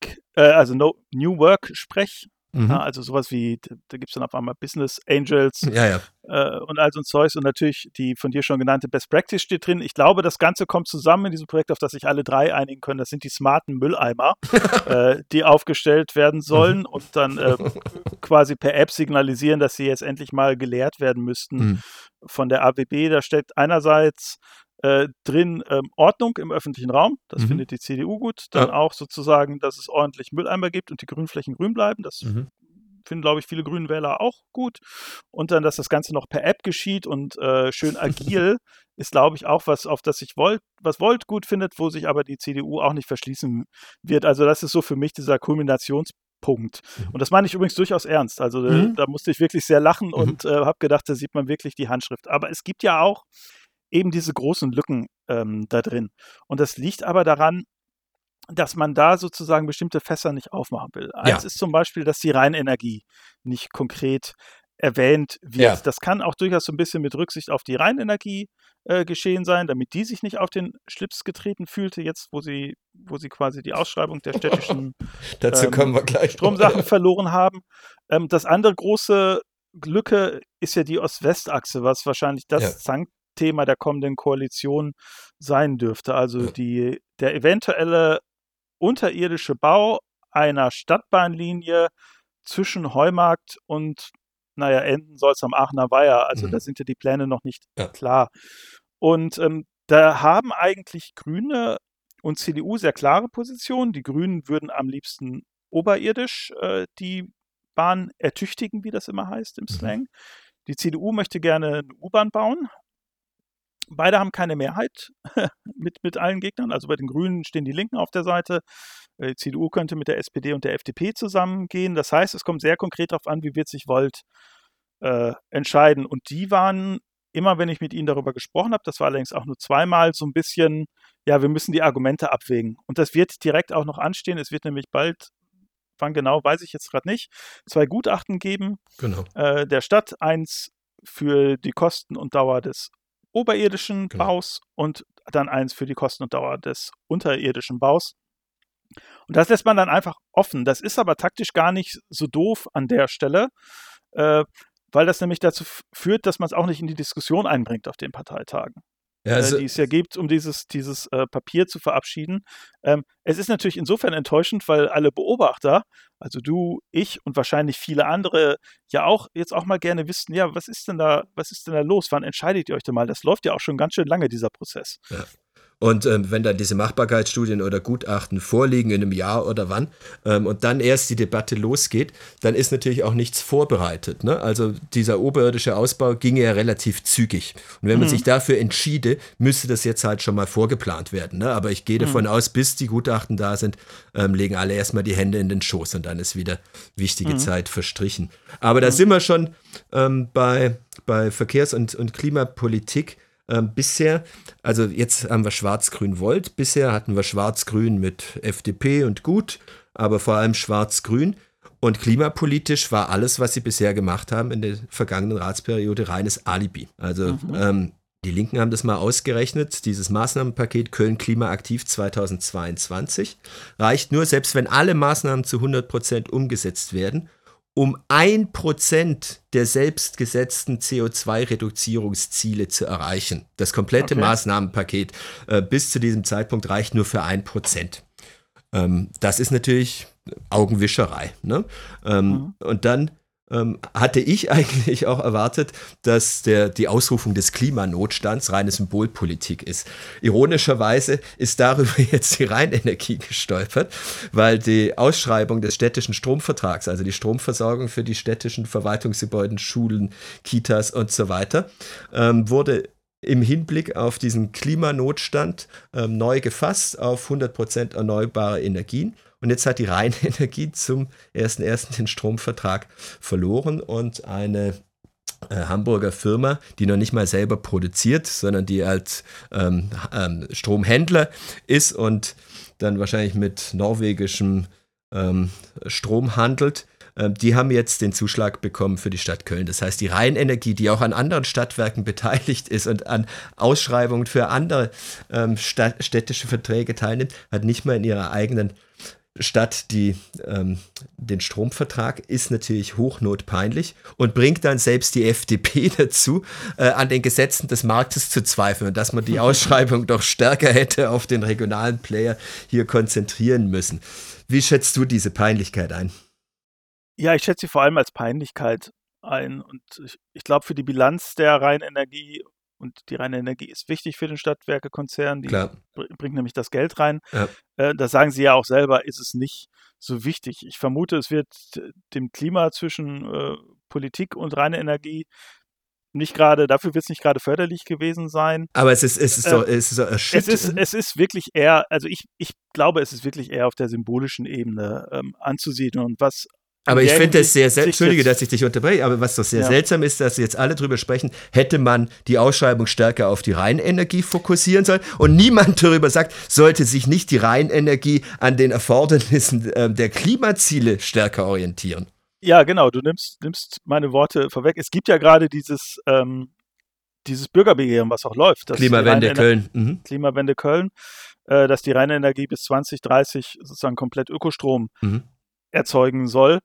Work-Sprech. Ja, also sowas wie, da gibt es dann auf einmal Business Angels und all so ein Zeugs und natürlich die von dir schon genannte Best Practice steht drin. Ich glaube, das Ganze kommt zusammen in diesem Projekt, auf das sich alle 3 einigen können. Das sind die smarten Mülleimer, die aufgestellt werden sollen und dann quasi per App signalisieren, dass sie jetzt endlich mal geleert werden müssten von der AWB. Da steckt einerseits drin Ordnung im öffentlichen Raum, das findet die CDU gut, dann auch sozusagen, dass es ordentlich Mülleimer gibt und die Grünflächen grün bleiben, das finden, glaube ich, viele grünen Wähler auch gut und dann, dass das Ganze noch per App geschieht und schön agil ist, glaube ich, auch was, auf das sich Volt gut findet, wo sich aber die CDU auch nicht verschließen wird, also das ist so für mich dieser Kulminationspunkt. Und das meine ich übrigens durchaus ernst, also da musste ich wirklich sehr lachen und habe gedacht, da sieht man wirklich die Handschrift, aber es gibt ja auch eben diese großen Lücken da drin. Und das liegt aber daran, dass man da sozusagen bestimmte Fässer nicht aufmachen will. Eins ist zum Beispiel, dass die Rheinenergie nicht konkret erwähnt wird. Ja. Das kann auch durchaus so ein bisschen mit Rücksicht auf die Rheinenergie geschehen sein, damit die sich nicht auf den Schlips getreten fühlte, jetzt wo sie quasi die Ausschreibung der städtischen dazu kommen wir gleich Stromsachen verloren haben. Das andere große Lücke ist ja die Ost-West-Achse, was wahrscheinlich das Thema der kommenden Koalition sein dürfte. Also der eventuelle unterirdische Bau einer Stadtbahnlinie zwischen Heumarkt und, enden soll es am Aachener Weiher. Also da sind ja die Pläne noch nicht klar. Und da haben eigentlich Grüne und CDU sehr klare Positionen. Die Grünen würden am liebsten oberirdisch die Bahn ertüchtigen, wie das immer heißt im Slang. Die CDU möchte gerne eine U-Bahn bauen. Beide haben keine Mehrheit mit allen Gegnern. Also bei den Grünen stehen die Linken auf der Seite. Die CDU könnte mit der SPD und der FDP zusammengehen. Das heißt, es kommt sehr konkret darauf an, wie wird sich Volt entscheiden. Und die waren immer, wenn ich mit ihnen darüber gesprochen habe, das war allerdings auch nur 2-mal, so ein bisschen, wir müssen die Argumente abwägen. Und das wird direkt auch noch anstehen. Es wird nämlich bald, wann genau, weiß ich jetzt gerade nicht, 2 Gutachten geben. Genau. Der Stadt, eins für die Kosten und Dauer des oberirdischen Baus und dann eins für die Kosten und Dauer des unterirdischen Baus. Und das lässt man dann einfach offen. Das ist aber taktisch gar nicht so doof an der Stelle, weil das nämlich dazu führt, dass man es auch nicht in die Diskussion einbringt auf den Parteitagen. Die es ja gibt, um dieses Papier zu verabschieden. Es ist natürlich insofern enttäuschend, weil alle Beobachter, also du, ich und wahrscheinlich viele andere, ja auch jetzt auch mal gerne wissen, was ist denn da los? Wann entscheidet ihr euch denn mal? Das läuft ja auch schon ganz schön lange, dieser Prozess. Ja. Und wenn dann diese Machbarkeitsstudien oder Gutachten vorliegen in einem Jahr oder wann und dann erst die Debatte losgeht, dann ist natürlich auch nichts vorbereitet. Ne? Also dieser oberirdische Ausbau ginge ja relativ zügig. Und wenn man sich dafür entschiede, müsste das jetzt halt schon mal vorgeplant werden. Ne? Aber ich gehe davon aus, bis die Gutachten da sind, legen alle erstmal die Hände in den Schoß und dann ist wieder wichtige Zeit verstrichen. Aber da sind wir schon bei Verkehrs- und Klimapolitik. Bisher, also jetzt haben wir Schwarz-Grün-Volt, bisher hatten wir Schwarz-Grün mit FDP und gut, aber vor allem Schwarz-Grün und klimapolitisch war alles, was sie bisher gemacht haben in der vergangenen Ratsperiode, reines Alibi. Also die Linken haben das mal ausgerechnet, dieses Maßnahmenpaket Köln klimaaktiv 2022 reicht nur, selbst wenn alle Maßnahmen zu 100% umgesetzt werden, um 1% der selbstgesetzten CO2-Reduzierungsziele zu erreichen. Das komplette Maßnahmenpaket bis zu diesem Zeitpunkt reicht nur für 1%. Das ist natürlich Augenwischerei. Ne? Und dann hatte ich eigentlich auch erwartet, dass die Ausrufung des Klimanotstands reine Symbolpolitik ist. Ironischerweise ist darüber jetzt die Rheinenergie gestolpert, weil die Ausschreibung des städtischen Stromvertrags, also die Stromversorgung für die städtischen Verwaltungsgebäude, Schulen, Kitas und so weiter, wurde im Hinblick auf diesen Klimanotstand neu gefasst auf 100% erneuerbare Energien. Und jetzt hat die Rheinenergie zum 1.1. den Stromvertrag verloren und eine Hamburger Firma, die noch nicht mal selber produziert, sondern die als Stromhändler ist und dann wahrscheinlich mit norwegischem Strom handelt, die haben jetzt den Zuschlag bekommen für die Stadt Köln. Das heißt, die Rheinenergie, die auch an anderen Stadtwerken beteiligt ist und an Ausschreibungen für andere städtische Verträge teilnimmt, hat nicht mal in ihrer eigenen Stadt den Stromvertrag, ist natürlich hochnotpeinlich und bringt dann selbst die FDP dazu, an den Gesetzen des Marktes zu zweifeln und dass man die Ausschreibung doch stärker hätte auf den regionalen Player hier konzentrieren müssen. Wie schätzt du diese Peinlichkeit ein? Ja, ich schätze sie vor allem als Peinlichkeit ein. Und ich glaube, für die Bilanz der Rheinenergie, und die Rheinenergie ist wichtig für den Stadtwerke-Konzern, die bringt nämlich das Geld rein. Ja. Das sagen sie ja auch selber, ist es nicht so wichtig. Ich vermute, es wird dem Klima zwischen Politik und Rheinenergie dafür wird es nicht gerade förderlich gewesen sein. Aber es ist erschütternd. Es ist wirklich eher, also ich glaube, es ist wirklich eher auf der symbolischen Ebene anzusiedeln. Und was Aber ich finde es sehr seltsam, entschuldige, dass ich dich unterbreche, aber was doch sehr seltsam ist, dass jetzt alle drüber sprechen, hätte man die Ausschreibung stärker auf die Rheinenergie fokussieren sollen und niemand darüber sagt, sollte sich nicht die Rheinenergie an den Erfordernissen der Klimaziele stärker orientieren. Ja, genau, du nimmst meine Worte vorweg. Es gibt ja gerade dieses Bürgerbegehren, was auch läuft. Klimawende Köln. Klimawende Köln, dass die Rheinenergie bis 2030 sozusagen komplett Ökostrom erzeugen soll.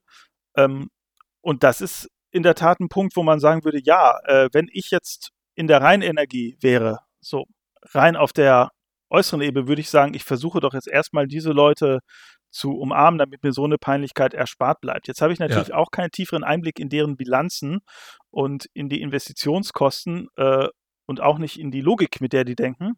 Und das ist in der Tat ein Punkt, wo man sagen würde, ja, wenn ich jetzt in der Rheinenergie wäre, so rein auf der äußeren Ebene, würde ich sagen, ich versuche doch jetzt erstmal diese Leute zu umarmen, damit mir so eine Peinlichkeit erspart bleibt. Jetzt habe ich natürlich auch keinen tieferen Einblick in deren Bilanzen und in die Investitionskosten und auch nicht in die Logik, mit der die denken,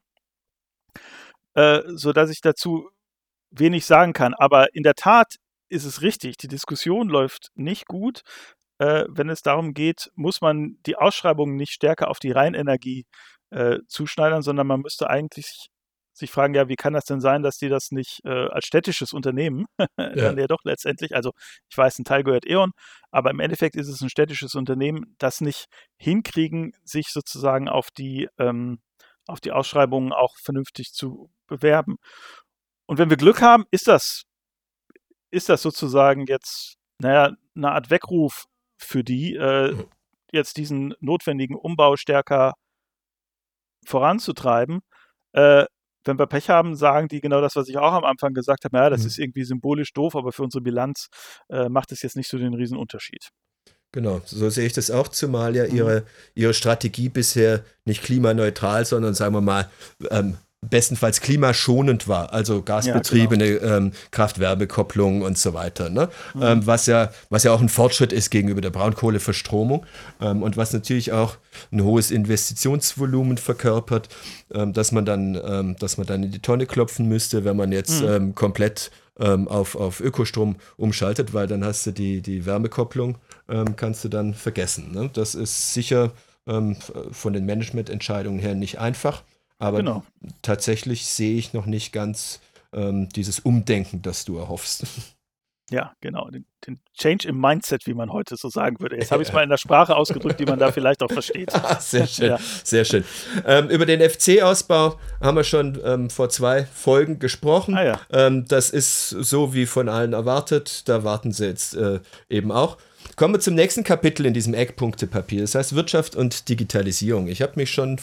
sodass ich dazu wenig sagen kann. Aber in der Tat ist es richtig, die Diskussion läuft nicht gut. Wenn es darum geht, muss man die Ausschreibungen nicht stärker auf die Rheinenergie zuschneidern, sondern man müsste eigentlich sich fragen, ja, wie kann das denn sein, dass die das nicht als städtisches Unternehmen dann ja doch letztendlich, also ich weiß, ein Teil gehört E.ON, aber im Endeffekt ist es ein städtisches Unternehmen, das nicht hinkriegen, sich sozusagen auf die Ausschreibungen auch vernünftig zu bewerben. Und wenn wir Glück haben, ist das sozusagen jetzt, eine Art Weckruf für die, jetzt diesen notwendigen Umbau stärker voranzutreiben. Wenn wir Pech haben, sagen die genau das, was ich auch am Anfang gesagt habe, das ist irgendwie symbolisch doof, aber für unsere Bilanz macht es jetzt nicht so den Riesenunterschied. Genau, so sehe ich das auch, zumal ja ihre Strategie bisher nicht klimaneutral, sondern sagen wir mal bestenfalls klimaschonend war, also gasbetriebene Kraft-Wärme-Kopplung und so weiter, ne? Was ja auch ein Fortschritt ist gegenüber der Braunkohleverstromung und was natürlich auch ein hohes Investitionsvolumen verkörpert, dass man dann in die Tonne klopfen müsste, wenn man jetzt komplett auf Ökostrom umschaltet, weil dann hast du die Wärmekopplung, kannst du dann vergessen, ne? Das ist sicher von den Managemententscheidungen her nicht einfach. Aber tatsächlich sehe ich noch nicht ganz dieses Umdenken, das du erhoffst. Ja, genau. Den Change im Mindset, wie man heute so sagen würde. Jetzt habe ich es mal in der Sprache ausgedrückt, die man da vielleicht auch versteht. Sehr schön, sehr schön. Über den FC-Ausbau haben wir schon vor 2 Folgen gesprochen. Das ist so wie von allen erwartet. Da warten sie jetzt eben auch. Kommen wir zum nächsten Kapitel in diesem Eckpunktepapier. Das heißt Wirtschaft und Digitalisierung. Ich habe mich schon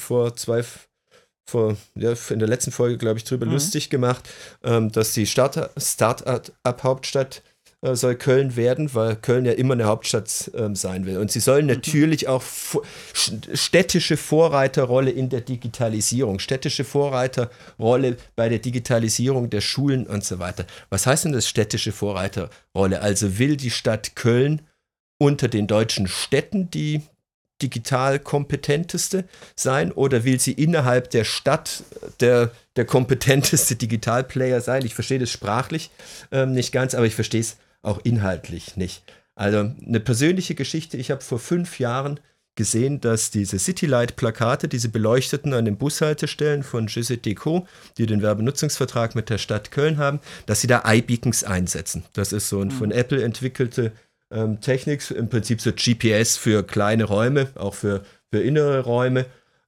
in der letzten Folge, glaube ich, drüber lustig gemacht, dass die Start-up-Hauptstadt soll Köln werden, weil Köln ja immer eine Hauptstadt sein will. Und sie sollen natürlich auch städtische Vorreiterrolle in der Digitalisierung, städtische Vorreiterrolle bei der Digitalisierung der Schulen und so weiter. Was heißt denn das städtische Vorreiterrolle? Also will die Stadt Köln unter den deutschen Städten die digital kompetenteste sein oder will sie innerhalb der Stadt der kompetenteste Digitalplayer sein? Ich verstehe das sprachlich nicht ganz, aber ich verstehe es auch inhaltlich nicht. Also eine persönliche Geschichte, ich habe vor 5 Jahren gesehen, dass diese Citylight-Plakate, diese beleuchteten an den Bushaltestellen von GZDeco, die den Werbenutzungsvertrag mit der Stadt Köln haben, dass sie da iBeacons einsetzen. Das ist so ein von Apple entwickelte Technik, im Prinzip so GPS für kleine Räume, auch für innere Räume.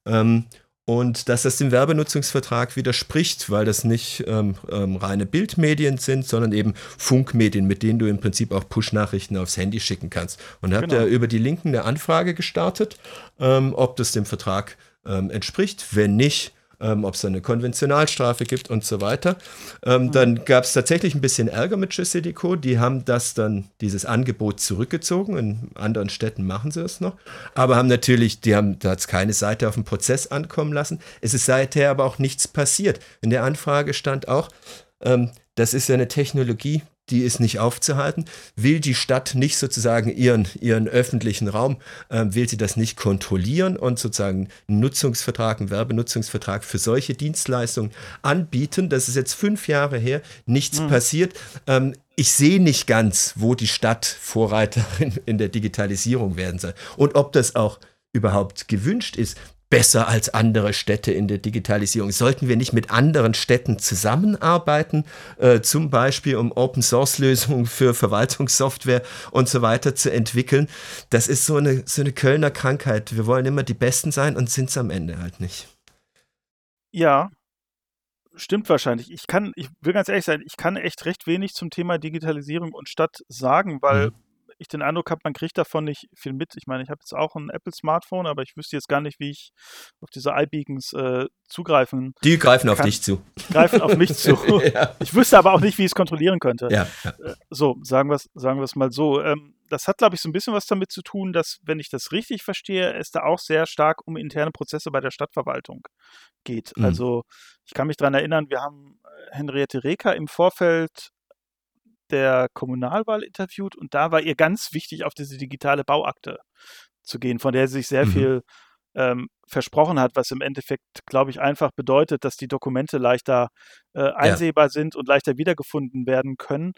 Und dass das dem Werbenutzungsvertrag widerspricht, weil das nicht reine Bildmedien sind, sondern eben Funkmedien, mit denen du im Prinzip auch Push-Nachrichten aufs Handy schicken kannst. Und da habt ihr über die Linken eine Anfrage gestartet, ob das dem Vertrag entspricht. Wenn nicht, ob es da eine Konventionalstrafe gibt und so weiter. Dann gab es tatsächlich ein bisschen Ärger mit GZDeco. Die haben dieses Angebot zurückgezogen. In anderen Städten machen sie es noch. Aber da hat es keine Seite auf den Prozess ankommen lassen. Es ist seither aber auch nichts passiert. In der Anfrage stand auch, das ist ja eine Technologie, die ist nicht aufzuhalten. Will die Stadt nicht sozusagen ihren öffentlichen Raum, will sie das nicht kontrollieren und sozusagen einen Werbenutzungsvertrag für solche Dienstleistungen anbieten. Das ist jetzt 5 Jahre her, nichts passiert. Ich sehe nicht ganz, wo die Stadt Vorreiterin in der Digitalisierung werden soll und ob das auch überhaupt gewünscht ist. Besser als andere Städte in der Digitalisierung. Sollten wir nicht mit anderen Städten zusammenarbeiten, zum Beispiel um Open-Source-Lösungen für Verwaltungssoftware und so weiter zu entwickeln? Das ist so eine Kölner Krankheit. Wir wollen immer die Besten sein und sind es am Ende halt nicht. Ja, stimmt wahrscheinlich. Ich will ganz ehrlich sein, ich kann echt recht wenig zum Thema Digitalisierung und Stadt sagen, weil ich den Eindruck habe, man kriegt davon nicht viel mit. Ich meine, ich habe jetzt auch ein Apple-Smartphone, aber ich wüsste jetzt gar nicht, wie ich auf diese iBeacons zugreifen kann. Die greifen auf dich zu. Greifen auf mich zu. Ja. Ich wüsste aber auch nicht, wie ich es kontrollieren könnte. Ja. So, sagen wir es mal so. Das hat, glaube ich, so ein bisschen was damit zu tun, dass, wenn ich das richtig verstehe, es da auch sehr stark um interne Prozesse bei der Stadtverwaltung geht. Also ich kann mich daran erinnern, wir haben Henriette Reker im Vorfeld der Kommunalwahl interviewt und da war ihr ganz wichtig, auf diese digitale Bauakte zu gehen, von der sie sich sehr viel versprochen hat, was im Endeffekt, glaube ich, einfach bedeutet, dass die Dokumente leichter einsehbar sind und leichter wiedergefunden werden können.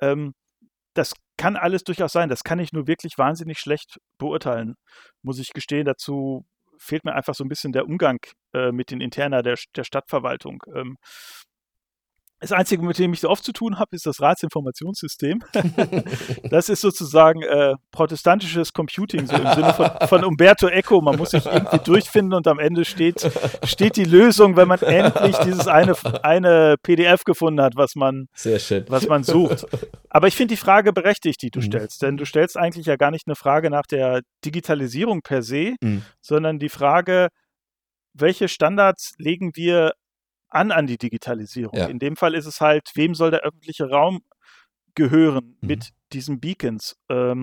Das kann alles durchaus sein. Das kann ich nur wirklich wahnsinnig schlecht beurteilen, muss ich gestehen. Dazu fehlt mir einfach so ein bisschen der Umgang mit den Interna der Stadtverwaltung. Das Einzige, mit dem ich so oft zu tun habe, ist das Ratsinformationssystem. Das ist sozusagen protestantisches Computing, so im Sinne von Umberto Eco. Man muss sich irgendwie durchfinden und am Ende steht die Lösung, wenn man endlich dieses eine PDF gefunden hat, was man sucht. Aber ich finde die Frage berechtigt, die du stellst. Denn du stellst eigentlich ja gar nicht eine Frage nach der Digitalisierung per se, sondern die Frage, welche Standards legen wir an die Digitalisierung. Ja. In dem Fall ist es halt, wem soll der öffentliche Raum gehören mit diesen Beacons?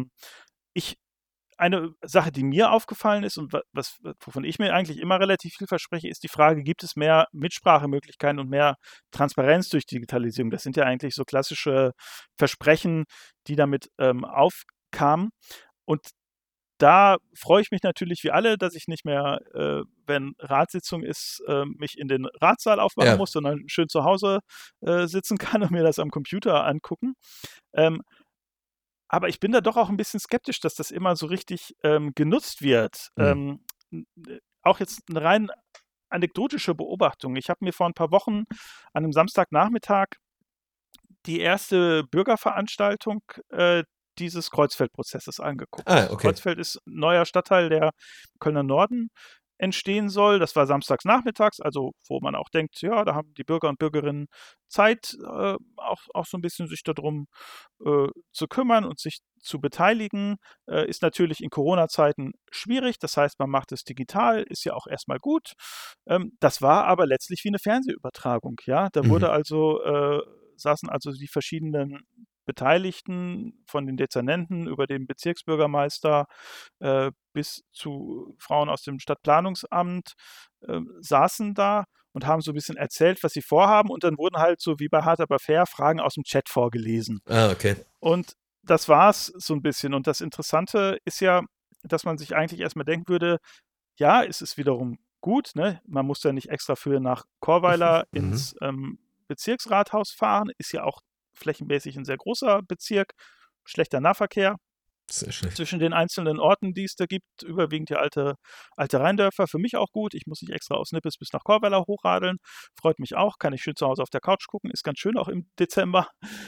Eine Sache, die mir aufgefallen ist und wovon ich mir eigentlich immer relativ viel verspreche, ist die Frage, gibt es mehr Mitsprachemöglichkeiten und mehr Transparenz durch Digitalisierung? Das sind ja eigentlich so klassische Versprechen, die damit aufkamen. Und da freue ich mich natürlich wie alle, dass ich nicht mehr, wenn Ratssitzung ist, mich in den Ratssaal aufmachen muss, sondern schön zu Hause sitzen kann und mir das am Computer angucken. Aber ich bin da doch auch ein bisschen skeptisch, dass das immer so richtig genutzt wird. Auch jetzt eine rein anekdotische Beobachtung. Ich habe mir vor ein paar Wochen an einem Samstagnachmittag die erste Bürgerveranstaltung dieses Kreuzfeld-Prozesses angeguckt. Okay. Kreuzfeld ist ein neuer Stadtteil, der im Kölner Norden entstehen soll. Das war samstags nachmittags, also wo man auch denkt, ja, da haben die Bürger und Bürgerinnen Zeit, auch so ein bisschen sich darum zu kümmern und sich zu beteiligen. Ist natürlich in Corona-Zeiten schwierig, das heißt, man macht es digital, ist ja auch erstmal gut. Das war aber letztlich wie eine Fernsehübertragung, ja. Da wurde saßen also die verschiedenen Beteiligten, von den Dezernenten über den Bezirksbürgermeister bis zu Frauen aus dem Stadtplanungsamt, saßen da und haben so ein bisschen erzählt, was sie vorhaben, und dann wurden halt so wie bei Hart aber fair Fragen aus dem Chat vorgelesen. Okay. Und das war's so ein bisschen. Und das Interessante ist ja, dass man sich eigentlich erstmal denken würde, ja, es ist wiederum gut, ne? Man muss ja nicht extra für nach Chorweiler ins Bezirksrathaus fahren, ist ja auch flächenmäßig ein sehr großer Bezirk, schlechter Nahverkehr Sehr schlecht. zwischen den einzelnen Orten, die es da gibt, überwiegend ja alte Rheindörfer, für mich auch gut. Ich muss nicht extra aus Nippes bis nach Chorweiler hochradeln, freut mich auch, kann ich schön zu Hause auf der Couch gucken, ist ganz schön auch im Dezember.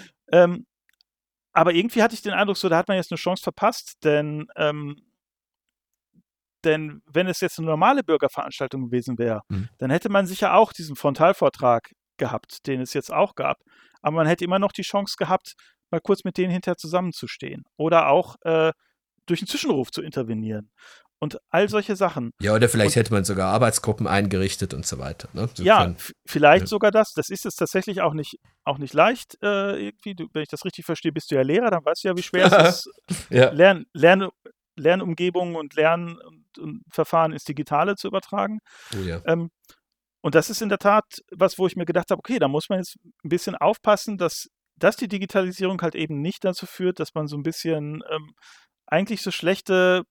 Aber irgendwie hatte ich den Eindruck, so, da hat man jetzt eine Chance verpasst, denn wenn es jetzt eine normale Bürgerveranstaltung gewesen wäre, dann hätte man sicher auch diesen Frontalvortrag gehabt, den es jetzt auch gab. Aber man hätte immer noch die Chance gehabt, mal kurz mit denen hinterher zusammenzustehen. Oder auch durch einen Zwischenruf zu intervenieren. Und all solche Sachen. Ja, oder vielleicht hätte man sogar Arbeitsgruppen eingerichtet und so weiter. Ne? So ja, vielleicht sogar das. Das ist jetzt tatsächlich auch nicht leicht irgendwie. Wenn ich das richtig verstehe, bist du ja Lehrer, dann weißt du ja, wie schwer es ist, ja. Lernumgebungen und und Verfahren ins Digitale zu übertragen. Oh ja. Und das ist in der Tat was, wo ich mir gedacht habe, okay, da muss man jetzt ein bisschen aufpassen, dass die Digitalisierung halt eben nicht dazu führt, dass man so ein bisschen eigentlich so schlechte,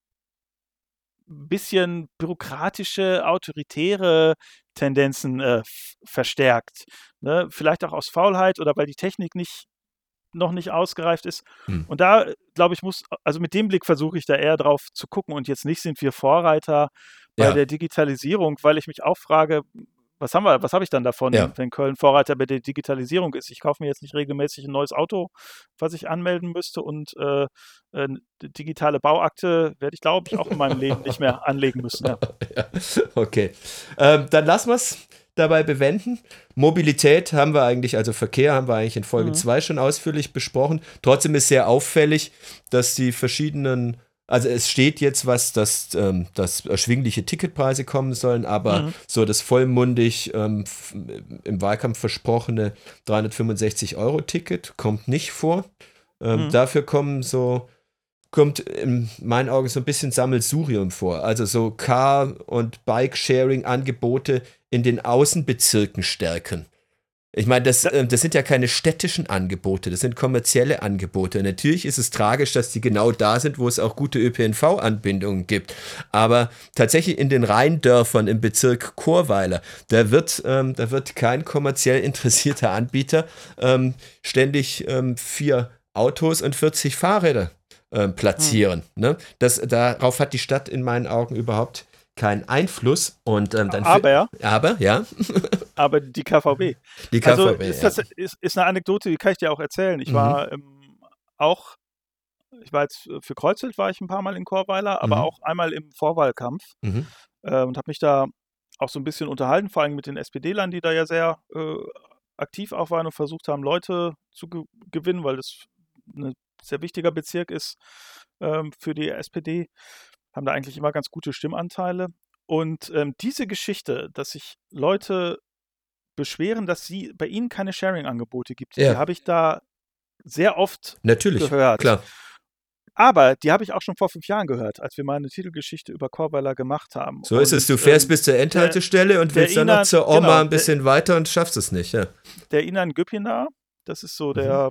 bisschen bürokratische, autoritäre Tendenzen verstärkt. Ne? Vielleicht auch aus Faulheit oder weil die Technik noch nicht ausgereift ist. Und da, glaube ich, mit dem Blick versuche ich da eher drauf zu gucken und jetzt nicht sind wir Vorreiter bei der Digitalisierung, weil ich mich auch frage, was habe ich dann davon, wenn Köln Vorreiter bei der Digitalisierung ist? Ich kaufe mir jetzt nicht regelmäßig ein neues Auto, was ich anmelden müsste und digitale Bauakte werde ich, glaube ich, auch in meinem Leben nicht mehr anlegen müssen. Ja. Okay, dann lassen wir es dabei bewenden. Mobilität haben wir eigentlich, also Verkehr haben wir eigentlich in Folge 2 schon ausführlich besprochen. Trotzdem ist sehr auffällig, dass die verschiedenen, also es steht jetzt was, dass erschwingliche Ticketpreise kommen sollen, aber so das vollmundig im Wahlkampf versprochene 365-Euro-Ticket kommt nicht vor. Dafür kommt in meinen Augen so ein bisschen Sammelsurium vor. Also so Car- und Bike-Sharing-Angebote in den Außenbezirken stärken. Ich meine, das sind ja keine städtischen Angebote, das sind kommerzielle Angebote. Und natürlich ist es tragisch, dass die genau da sind, wo es auch gute ÖPNV-Anbindungen gibt. Aber tatsächlich in den Rheindörfern im Bezirk Chorweiler, da wird kein kommerziell interessierter Anbieter ständig 4 Autos und 40 Fahrräder platzieren. Ne? Darauf hat die Stadt in meinen Augen überhaupt keinen Einfluss. Und, aber die KVB. Die KVB, ist eine Anekdote, die kann ich dir auch erzählen. Ich war jetzt für Kreuzfeld war ich ein paar Mal in Chorweiler, aber auch einmal im Vorwahlkampf und habe mich da auch so ein bisschen unterhalten, vor allem mit den SPD-Lern, die da ja sehr aktiv auch waren und versucht haben, Leute zu gewinnen, weil das ein sehr wichtiger Bezirk ist für die SPD, haben da eigentlich immer ganz gute Stimmanteile. Und diese Geschichte, dass sich Leute beschweren, dass bei ihnen keine Sharing-Angebote gibt, die habe ich da sehr oft gehört. Klar. Aber die habe ich auch schon vor 5 Jahren gehört, als wir mal eine Titelgeschichte über Chorweiler gemacht haben. So ist es, du fährst bis zur Endhaltestelle und willst dann noch zur Oma ein bisschen weiter und schaffst es nicht. Ja. Der Inan Güpjenar, das ist so der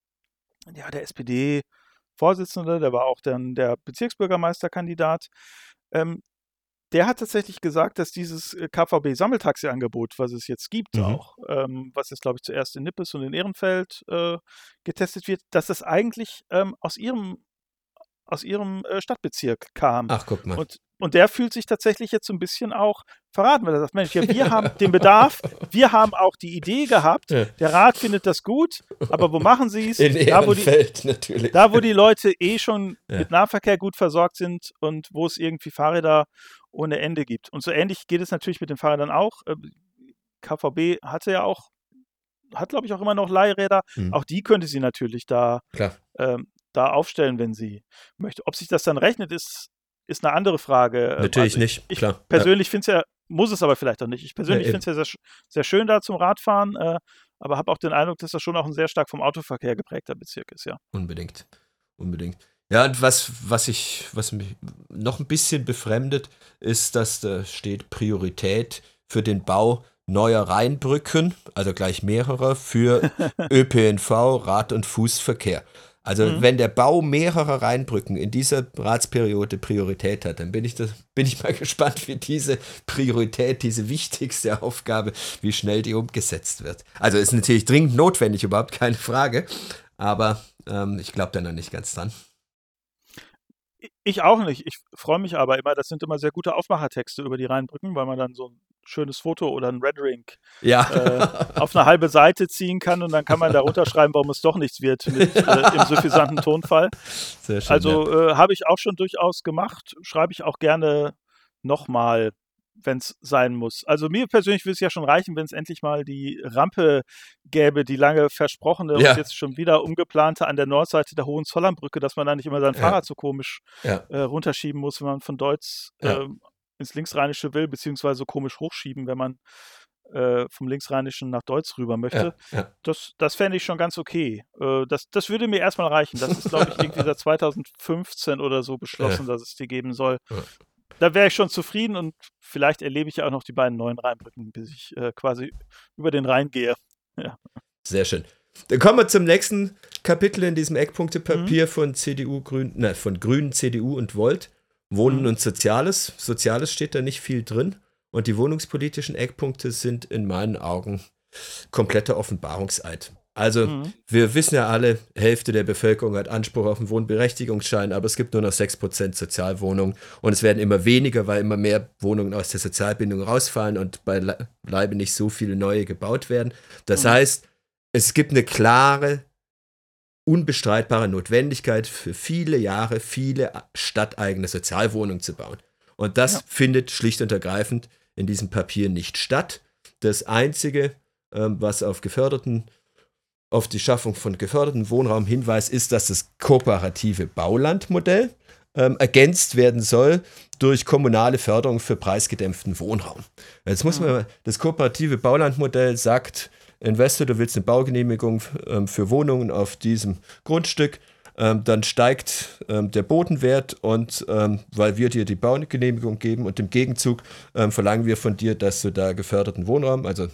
SPD-Vorsitzende, der war auch dann der Bezirksbürgermeisterkandidat. Der hat tatsächlich gesagt, dass dieses KVB-Sammeltaxi-Angebot, was es jetzt gibt auch, was jetzt, glaube ich, zuerst in Nippes und in Ehrenfeld getestet wird, dass das eigentlich aus ihrem Stadtbezirk kam. Ach, guck mal. Und der fühlt sich tatsächlich jetzt so ein bisschen auch verraten, weil er sagt, Mensch, ja, wir haben den Bedarf, wir haben auch die Idee gehabt, der Rat findet das gut, aber wo machen sie es? In Ehrenfeld natürlich. Da, wo die Leute schon mit Nahverkehr gut versorgt sind und wo es irgendwie Fahrräder ohne Ende gibt. Und so ähnlich geht es natürlich mit den Fahrrädern auch. KVB hat, glaube ich, auch immer noch Leihräder. Auch die könnte sie natürlich da aufstellen, wenn sie möchte. Ob sich das dann rechnet, ist eine andere Frage. Natürlich nicht, klar. Ich persönlich finde es ja, muss es aber vielleicht auch nicht. Ich persönlich finde es ja sehr, sehr schön da zum Radfahren, aber habe auch den Eindruck, dass das schon auch ein sehr stark vom Autoverkehr geprägter Bezirk ist, ja. Unbedingt. Ja, und was mich noch ein bisschen befremdet, ist, dass da steht Priorität für den Bau neuer Rheinbrücken, also gleich mehrere, für ÖPNV, Rad- und Fußverkehr. Also wenn der Bau mehrerer Rheinbrücken in dieser Ratsperiode Priorität hat, dann bin ich mal gespannt, wie diese Priorität, diese wichtigste Aufgabe, wie schnell die umgesetzt wird. Also ist natürlich dringend notwendig, überhaupt keine Frage, aber ich glaube da noch nicht ganz dran. Ich auch nicht. Ich freue mich aber immer, das sind immer sehr gute Aufmachertexte über die Rheinbrücken, weil man dann so ein schönes Foto oder ein Rendering Ja. auf eine halbe Seite ziehen kann und dann kann man da runterschreiben, warum es doch nichts wird mit im suffisanten Tonfall. Sehr schön. Also habe ich auch schon durchaus gemacht, schreibe ich auch gerne nochmal, wenn es sein muss. Also mir persönlich würde es ja schon reichen, wenn es endlich mal die Rampe gäbe, die lange versprochene Ja. und jetzt schon wieder umgeplante an der Nordseite der Hohenzollernbrücke, dass man da nicht immer sein Fahrrad so komisch runterschieben muss, wenn man von Deutz ins Linksrheinische will, beziehungsweise so komisch hochschieben, wenn man vom Linksrheinischen nach Deutz rüber möchte. Das fände ich schon ganz okay. Das würde mir erstmal reichen. Das ist, glaube ich, irgendwie seit 2015 oder so beschlossen, dass es die geben soll. Da wäre ich schon zufrieden und vielleicht erlebe ich ja auch noch die beiden neuen Rheinbrücken, bis ich quasi über den Rhein gehe. Ja. Sehr schön. Dann kommen wir zum nächsten Kapitel in diesem Eckpunktepapier von Grünen, CDU und Volt. Wohnen und Soziales. Soziales steht da nicht viel drin. Und die wohnungspolitischen Eckpunkte sind in meinen Augen kompletter Offenbarungseid. Also wir wissen ja alle, Hälfte der Bevölkerung hat Anspruch auf einen Wohnberechtigungsschein, aber es gibt nur noch 6% Sozialwohnungen und es werden immer weniger, weil immer mehr Wohnungen aus der Sozialbindung rausfallen und beileibe nicht so viele neue gebaut werden. Das heißt, es gibt eine klare, unbestreitbare Notwendigkeit für viele Jahre, viele stadteigene Sozialwohnungen zu bauen. Und das findet schlicht und ergreifend in diesem Papier nicht statt. Das Einzige, was auf die Schaffung von geförderten Wohnraum hinweist, ist, dass das kooperative Baulandmodell ergänzt werden soll durch kommunale Förderung für preisgedämpften Wohnraum. Jetzt muss man, das kooperative Baulandmodell sagt, Investor, du willst eine Baugenehmigung für Wohnungen auf diesem Grundstück, dann steigt der Bodenwert und weil wir dir die Baugenehmigung geben und im Gegenzug verlangen wir von dir, dass du da geförderten Wohnraum, also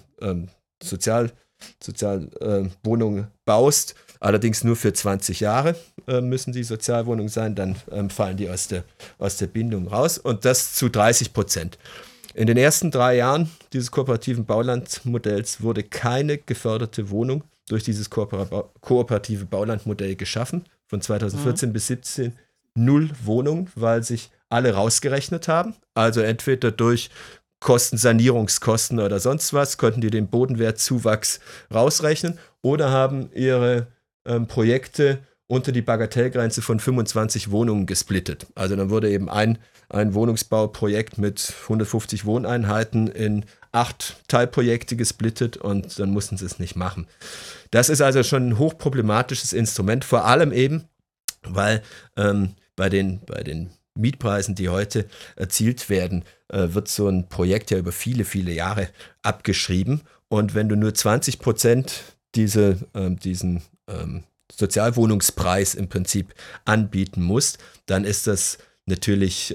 Sozialwohnungen baust, allerdings nur für 20 Jahre müssen die Sozialwohnungen sein, dann fallen die aus der Bindung raus und das zu 30%. In den ersten 3 Jahren dieses kooperativen Baulandmodells wurde keine geförderte Wohnung durch dieses kooperative Baulandmodell geschaffen. Von 2014 bis 2017 0 Wohnungen, weil sich alle rausgerechnet haben. Also entweder durch Sanierungskosten oder sonst was, konnten die den Bodenwertzuwachs rausrechnen oder haben ihre Projekte unter die Bagatellgrenze von 25 Wohnungen gesplittet. Also dann wurde eben ein Wohnungsbauprojekt mit 150 Wohneinheiten in 8 Teilprojekte gesplittet und dann mussten sie es nicht machen. Das ist also schon ein hochproblematisches Instrument, vor allem eben, weil bei den Mietpreisen, die heute erzielt werden, wird so ein Projekt ja über viele, viele Jahre abgeschrieben. Und wenn du nur 20% diesen Sozialwohnungspreis im Prinzip anbieten musst, dann ist das natürlich,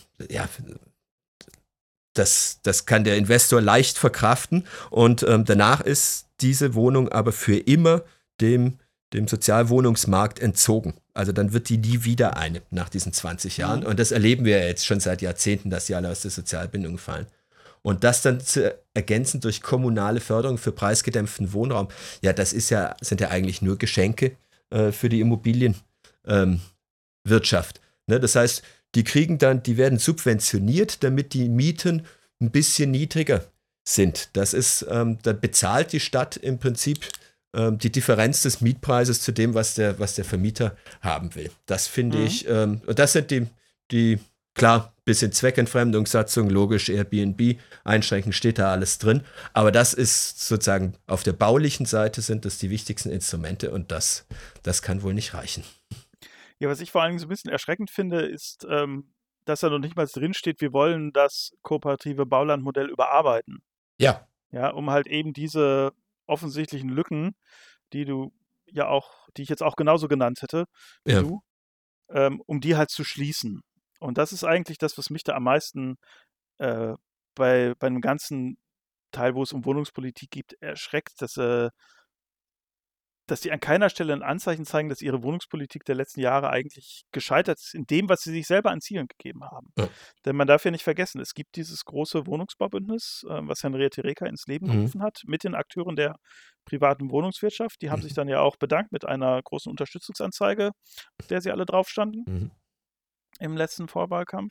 das kann der Investor leicht verkraften und danach ist diese Wohnung aber für immer dem Sozialwohnungsmarkt entzogen. Also dann wird die nie wieder eine nach diesen 20 Jahren. Und das erleben wir ja jetzt schon seit Jahrzehnten, dass die alle aus der Sozialbindung fallen. Und das dann zu ergänzen durch kommunale Förderung für preisgedämpften Wohnraum, ja, sind ja eigentlich nur Geschenke für die Immobilienwirtschaft. Ne? Das heißt, die werden subventioniert, damit die Mieten ein bisschen niedriger sind. Das ist, da bezahlt die Stadt im Prinzip die Differenz des Mietpreises zu dem, was der Vermieter haben will. Das finde ich, und das sind die klar, bisschen Zweckentfremdungssatzung, logisch, Airbnb, einschränken, steht da alles drin. Aber das ist sozusagen, auf der baulichen Seite sind das die wichtigsten Instrumente und das kann wohl nicht reichen. Ja, was ich vor allen Dingen so ein bisschen erschreckend finde, ist, dass da noch nicht mal drin steht, wir wollen das kooperative Baulandmodell überarbeiten. Ja. Ja, um halt eben diese offensichtlichen Lücken, die ich jetzt auch genauso genannt hätte, wie du, um die halt zu schließen. Und das ist eigentlich das, was mich da am meisten bei einem ganzen Teil, wo es um Wohnungspolitik geht, erschreckt, dass dass die an keiner Stelle ein Anzeichen zeigen, dass ihre Wohnungspolitik der letzten Jahre eigentlich gescheitert ist in dem, was sie sich selber an Zielen gegeben haben. Ja. Denn man darf ja nicht vergessen, es gibt dieses große Wohnungsbaubündnis, was Henriette Reker ins Leben gerufen hat, mit den Akteuren der privaten Wohnungswirtschaft. Die haben sich dann ja auch bedankt mit einer großen Unterstützungsanzeige, auf der sie alle drauf standen im letzten Vorwahlkampf.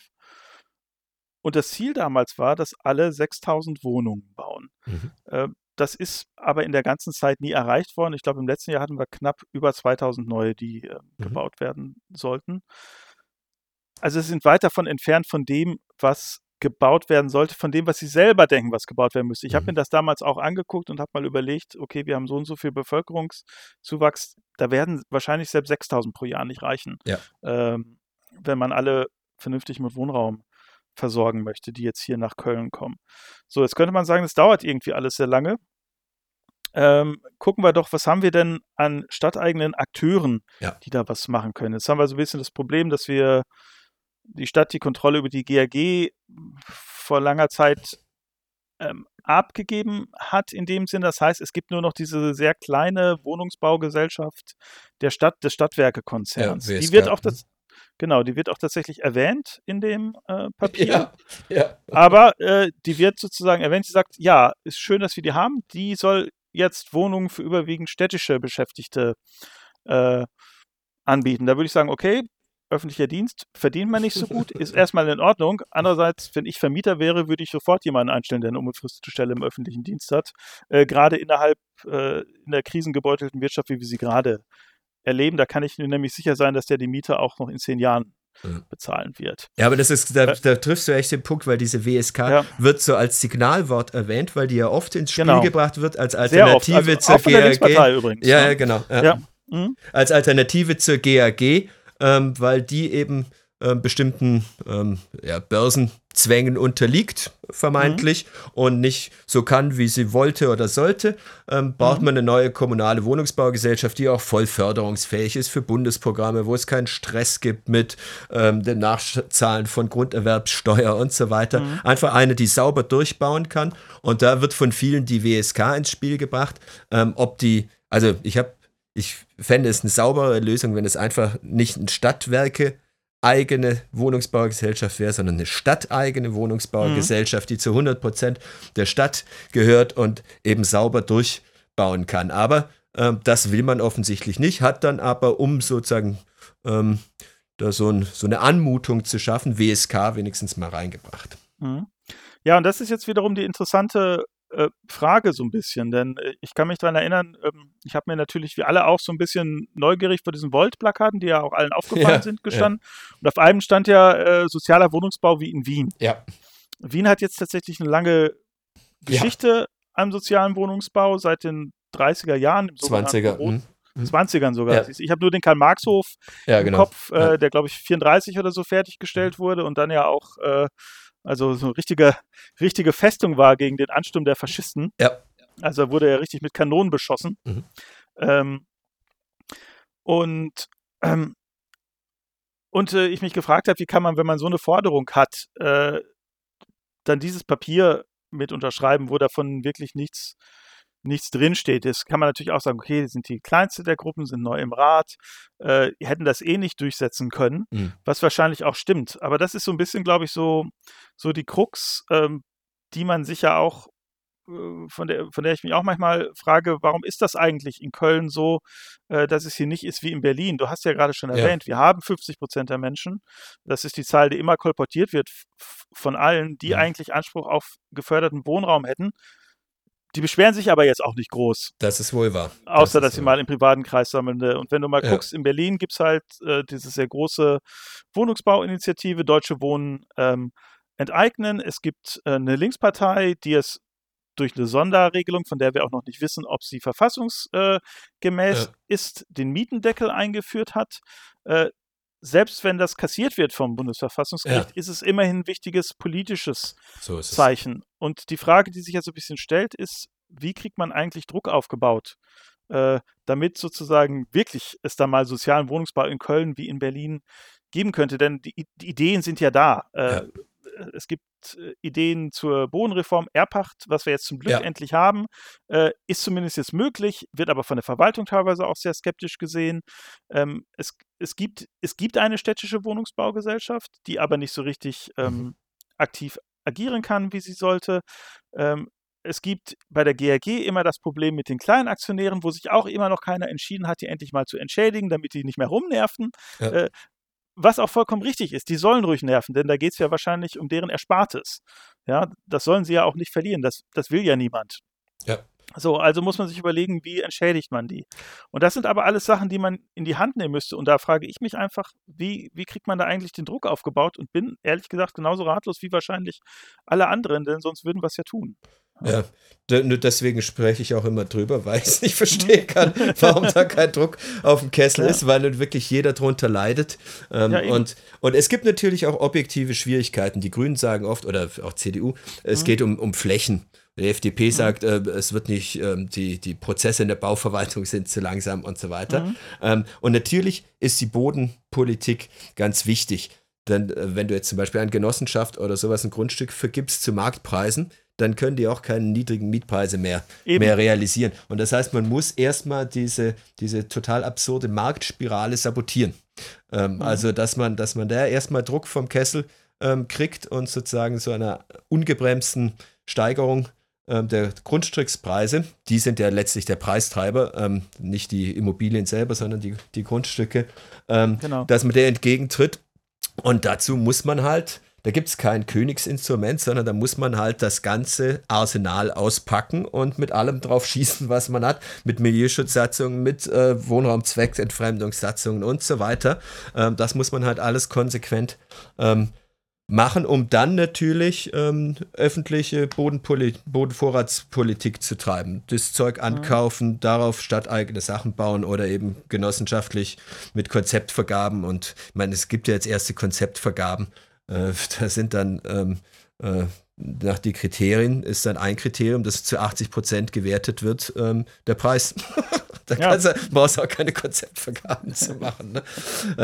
Und das Ziel damals war, dass alle 6.000 Wohnungen bauen. Das ist aber in der ganzen Zeit nie erreicht worden. Ich glaube, im letzten Jahr hatten wir knapp über 2.000 neue, die gebaut werden sollten. Also sie sind weit davon entfernt von dem, was gebaut werden sollte, von dem, was sie selber denken, was gebaut werden müsste. Ich habe mir das damals auch angeguckt und habe mal überlegt, okay, wir haben so und so viel Bevölkerungszuwachs, da werden wahrscheinlich selbst 6.000 pro Jahr nicht reichen, wenn man alle vernünftig mit Wohnraum versorgen möchte, die jetzt hier nach Köln kommen. So, jetzt könnte man sagen, das dauert irgendwie alles sehr lange. Gucken wir doch, was haben wir denn an stadteigenen Akteuren, die da was machen können. Jetzt haben wir so ein bisschen das Problem, dass die Stadt die Kontrolle über die GAG vor langer Zeit abgegeben hat in dem Sinn. Das heißt, es gibt nur noch diese sehr kleine Wohnungsbaugesellschaft des Stadtwerke-Konzerns. Die wird auch tatsächlich erwähnt in dem Papier. Aber die wird sozusagen erwähnt, sie sagt, ja, ist schön, dass wir die haben. Die soll jetzt Wohnungen für überwiegend städtische Beschäftigte anbieten. Da würde ich sagen, okay, öffentlicher Dienst verdient man nicht so gut, ist erstmal in Ordnung. Andererseits, wenn ich Vermieter wäre, würde ich sofort jemanden einstellen, der eine unbefristete Stelle im öffentlichen Dienst hat. Gerade in der krisengebeutelten Wirtschaft, wie wir sie gerade erleben, da kann ich mir nämlich sicher sein, dass der die Miete auch noch in 10 Jahren bezahlen wird. Ja, aber da triffst du echt den Punkt, weil diese WSK wird so als Signalwort erwähnt, weil die ja oft ins Spiel gebracht wird als Alternative zur GAG. Übrigens. Ja, genau. Ja. Als Alternative zur GAG, weil die eben bestimmten Börsenzwängen unterliegt, vermeintlich, und nicht so kann, wie sie wollte oder sollte, braucht man eine neue kommunale Wohnungsbaugesellschaft, die auch voll förderungsfähig ist für Bundesprogramme, wo es keinen Stress gibt mit dem Nachzahlen von Grunderwerbssteuer und so weiter. Einfach eine, die sauber durchbauen kann. Und da wird von vielen die WSK ins Spiel gebracht. Ich fände es eine saubere Lösung, wenn es einfach nicht ein Stadtwerke eigene Wohnungsbaugesellschaft wäre, sondern eine stadteigene Wohnungsbaugesellschaft, die zu 100% der Stadt gehört und eben sauber durchbauen kann. Aber das will man offensichtlich nicht, hat dann aber, um sozusagen da so eine Anmutung zu schaffen, WSK wenigstens mal reingebracht. Ja, und das ist jetzt wiederum die interessante Frage so ein bisschen, denn ich kann mich daran erinnern, ich habe mir natürlich wie alle auch so ein bisschen neugierig vor diesen Volt-Plakaten, die ja auch allen aufgefallen sind, gestanden. Und auf einem stand ja sozialer Wohnungsbau wie in Wien. Ja. Wien hat jetzt tatsächlich eine lange Geschichte am sozialen Wohnungsbau seit den 30er Jahren. Im 20er. 20ern sogar. Ja. Ich habe nur den Karl-Marx-Hof im Kopf, der, glaube ich, 34 oder so fertiggestellt wurde und dann ja auch also so eine richtige Festung war gegen den Ansturm der Faschisten. Ja. Also wurde er richtig mit Kanonen beschossen. Und ich mich gefragt habe, wie kann man, wenn man so eine Forderung hat, dann dieses Papier mit unterschreiben, wo davon wirklich nichts drinsteht. Das kann man natürlich auch sagen, okay, die sind die kleinste der Gruppen, sind neu im Rat, hätten das eh nicht durchsetzen können, was wahrscheinlich auch stimmt. Aber das ist so ein bisschen, glaube ich, so die Krux, die man sich ja auch, von der ich mich auch manchmal frage, warum ist das eigentlich in Köln so, dass es hier nicht ist wie in Berlin? Du hast ja gerade schon erwähnt, wir haben 50% der Menschen. Das ist die Zahl, die immer kolportiert wird von allen, die eigentlich Anspruch auf geförderten Wohnraum hätten. Die beschweren sich aber jetzt auch nicht groß. Das ist wohl wahr. Außer, dass sie mal im privaten Kreis sammeln. Und wenn du mal guckst, in Berlin gibt es halt diese sehr große Wohnungsbauinitiative, Deutsche Wohnen enteignen. Es gibt eine Linkspartei, die es durch eine Sonderregelung, von der wir auch noch nicht wissen, ob sie verfassungsgemäß ist, den Mietendeckel eingeführt hat. Selbst wenn das kassiert wird vom Bundesverfassungsgericht, ist es immerhin ein wichtiges politisches Zeichen. Und die Frage, die sich jetzt so ein bisschen stellt, ist, wie kriegt man eigentlich Druck aufgebaut, damit sozusagen wirklich es da mal sozialen Wohnungsbau in Köln wie in Berlin geben könnte? Denn die Ideen sind ja da. es gibt Ideen zur Bodenreform, Erbpacht, was wir jetzt zum Glück Ja. endlich haben, ist zumindest jetzt möglich, wird aber von der Verwaltung teilweise auch sehr skeptisch gesehen. Es gibt eine städtische Wohnungsbaugesellschaft, die aber nicht so richtig aktiv agieren kann, wie sie sollte. Es gibt bei der GRG immer das Problem mit den kleinen Aktionären, wo sich auch immer noch keiner entschieden hat, die endlich mal zu entschädigen, damit die nicht mehr rumnerven. Ja. Was auch vollkommen richtig ist, die sollen ruhig nerven, denn da geht es ja wahrscheinlich um deren Erspartes. Ja, das sollen sie ja auch nicht verlieren, das will ja niemand. Ja. So, also muss man sich überlegen, wie entschädigt man die. Und das sind aber alles Sachen, die man in die Hand nehmen müsste. Und da frage ich mich einfach, wie kriegt man da eigentlich den Druck aufgebaut, und bin ehrlich gesagt genauso ratlos wie wahrscheinlich alle anderen, denn sonst würden wir es ja tun. Ja, nur deswegen spreche ich auch immer drüber, weil ich es nicht verstehen kann, warum da kein Druck auf dem Kessel ist, weil nun wirklich jeder drunter leidet. Und es gibt natürlich auch objektive Schwierigkeiten. Die Grünen sagen oft, oder auch CDU, es geht um Flächen. Die FDP sagt, es wird nicht, die Prozesse in der Bauverwaltung sind zu langsam und so weiter. Und natürlich ist die Bodenpolitik ganz wichtig. Denn wenn du jetzt zum Beispiel an Genossenschaft oder sowas ein Grundstück vergibst zu Marktpreisen, dann können die auch keine niedrigen Mietpreise mehr realisieren. Und das heißt, man muss erstmal diese total absurde Marktspirale sabotieren. Also, dass man da erstmal Druck vom Kessel kriegt und sozusagen so einer ungebremsten Steigerung der Grundstückspreise, die sind ja letztlich der Preistreiber, nicht die Immobilien selber, sondern die Grundstücke, dass man der entgegentritt. Und dazu muss man halt, da gibt es kein Königsinstrument, sondern da muss man halt das ganze Arsenal auspacken und mit allem drauf schießen, was man hat, mit Milieuschutzsatzungen, mit Wohnraumzweckentfremdungssatzungen und so weiter. Das muss man halt alles konsequent machen, um dann natürlich öffentliche Bodenvorratspolitik zu treiben. Das Zeug ankaufen, darauf stadteigene Sachen bauen oder eben genossenschaftlich mit Konzeptvergaben. Und ich meine, es gibt ja jetzt erste Konzeptvergaben. Da sind dann nach die Kriterien, ist dann ein Kriterium, das zu 80% gewertet wird, der Preis. Da brauchst du auch keine Konzeptvergaben zu machen. Ne?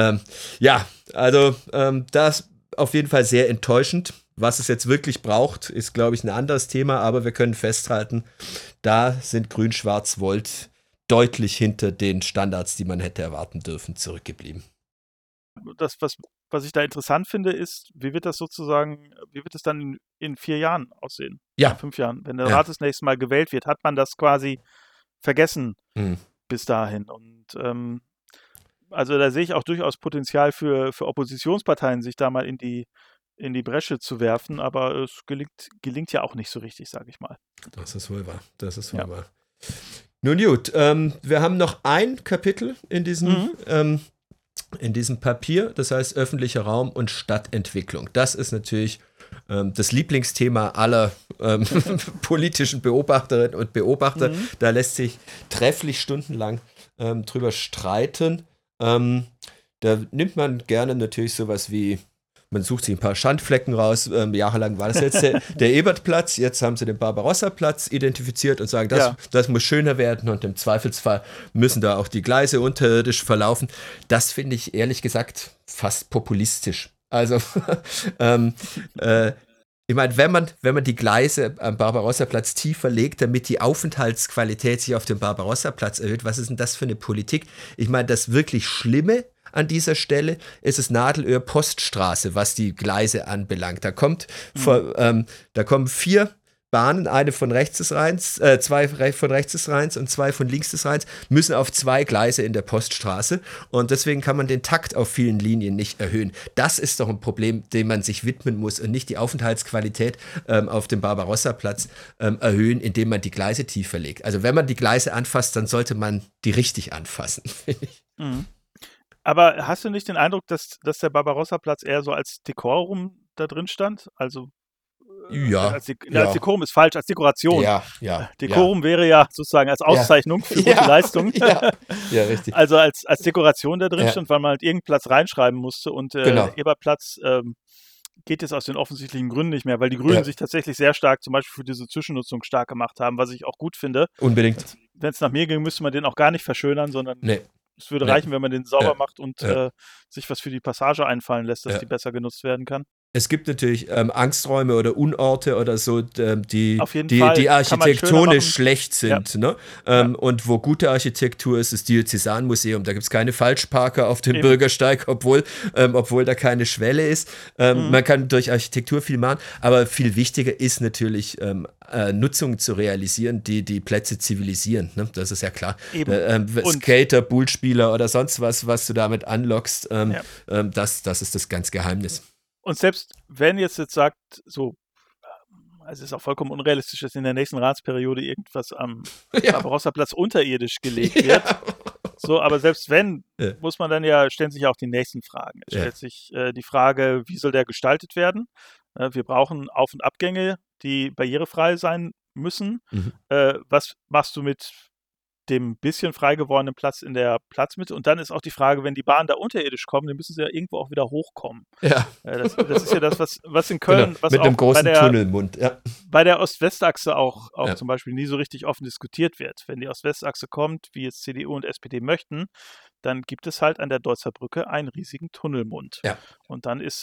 Das auf jeden Fall sehr enttäuschend. Was es jetzt wirklich braucht, ist, glaube ich, ein anderes Thema, aber wir können festhalten, da sind Grün-Schwarz-Volt deutlich hinter den Standards, die man hätte erwarten dürfen, zurückgeblieben. Das, was ich da interessant finde, ist, wie wird das dann in 4 Jahren aussehen? Ja. In 5 Jahren. Wenn der Rat das nächste Mal gewählt wird, hat man das quasi vergessen bis dahin. Und also da sehe ich auch durchaus Potenzial für Oppositionsparteien, sich da mal in die Bresche zu werfen, aber es gelingt ja auch nicht so richtig, sage ich mal. Das ist wohl wahr. Wahr. Nun gut, wir haben noch ein Kapitel in diesem Papier, das heißt öffentlicher Raum und Stadtentwicklung. Das ist natürlich das Lieblingsthema aller politischen Beobachterinnen und Beobachter. Da lässt sich trefflich stundenlang drüber streiten. Da nimmt man gerne natürlich sowas wie, man sucht sich ein paar Schandflecken raus. Jahrelang war das jetzt der Ebertplatz. Jetzt haben sie den Barbarossa-Platz identifiziert und sagen, das muss schöner werden und im Zweifelsfall müssen da auch die Gleise unterirdisch verlaufen. Das finde ich ehrlich gesagt fast populistisch. Also, ich meine, wenn man die Gleise am Barbarossa-Platz tiefer legt, damit die Aufenthaltsqualität sich auf dem Barbarossa-Platz erhöht, was ist denn das für eine Politik? Ich meine, das wirklich Zwei an dieser Stelle ist es Nadelöhr-Poststraße, was die Gleise anbelangt. Da kommen 4 Bahnen, eine von rechts des Rheins, 2 von rechts des Rheins und 2 von links des Rheins, müssen auf 2 Gleise in der Poststraße und deswegen kann man den Takt auf vielen Linien nicht erhöhen. Das ist doch ein Problem, dem man sich widmen muss und nicht die Aufenthaltsqualität auf dem Barbarossa-Platz erhöhen, indem man die Gleise tiefer legt. Also wenn man die Gleise anfasst, dann sollte man die richtig anfassen, finde ich. Aber hast du nicht den Eindruck, dass der Barbarossa-Platz eher so als Dekorum da drin stand? Also als Dekorum ist falsch, als Dekoration. Dekorum wäre ja sozusagen als Auszeichnung für gute Leistung. Ja, richtig. Also als Dekoration da drin stand, weil man halt irgendeinen Platz reinschreiben musste und Ebertplatz geht jetzt aus den offensichtlichen Gründen nicht mehr, weil die Grünen sich tatsächlich sehr stark zum Beispiel für diese Zwischennutzung stark gemacht haben, was ich auch gut finde. Unbedingt. Wenn es nach mir ging, müsste man den auch gar nicht verschönern, sondern es würde reichen, wenn man den sauber macht und sich was für die Passage einfallen lässt, dass die besser genutzt werden kann. Es gibt natürlich Angsträume oder Unorte oder so, die Auf jeden Fall die kann man schöner architektonisch machen. schlecht sind. Ne? Ja. Und wo gute Architektur ist, das Diözesanmuseum. Da gibt es keine Falschparker auf dem Eben. Bürgersteig, obwohl da keine Schwelle ist. Man kann durch Architektur viel machen, aber viel wichtiger ist natürlich Nutzungen zu realisieren, die Plätze zivilisieren. Ne? Das ist ja klar. Skater, Bullspieler oder sonst was du damit anlockst, das ist das ganz Geheimnis. Und selbst wenn jetzt sagt, so, also es ist auch vollkommen unrealistisch, dass in der nächsten Ratsperiode irgendwas am Barbarossa-Platz unterirdisch gelegt wird. So, aber selbst wenn, muss man dann stellen sich auch die nächsten Fragen. Es stellt sich die Frage, wie soll der gestaltet werden? Wir brauchen Auf- und Abgänge, die barrierefrei sein müssen. Was machst du mit dem bisschen frei gewordenen Platz in der Platzmitte? Und dann ist auch die Frage, wenn die Bahnen da unterirdisch kommen, dann müssen sie ja irgendwo auch wieder hochkommen. Ja. Das ist ja das, was in Köln, was mit auch einem großen Tunnelmund, bei der Ost-West-Achse auch zum Beispiel nie so richtig offen diskutiert wird. Wenn die Ost-West-Achse kommt, wie es CDU und SPD möchten, dann gibt es halt an der Deutzer Brücke einen riesigen Tunnelmund. Ja. Und dann ist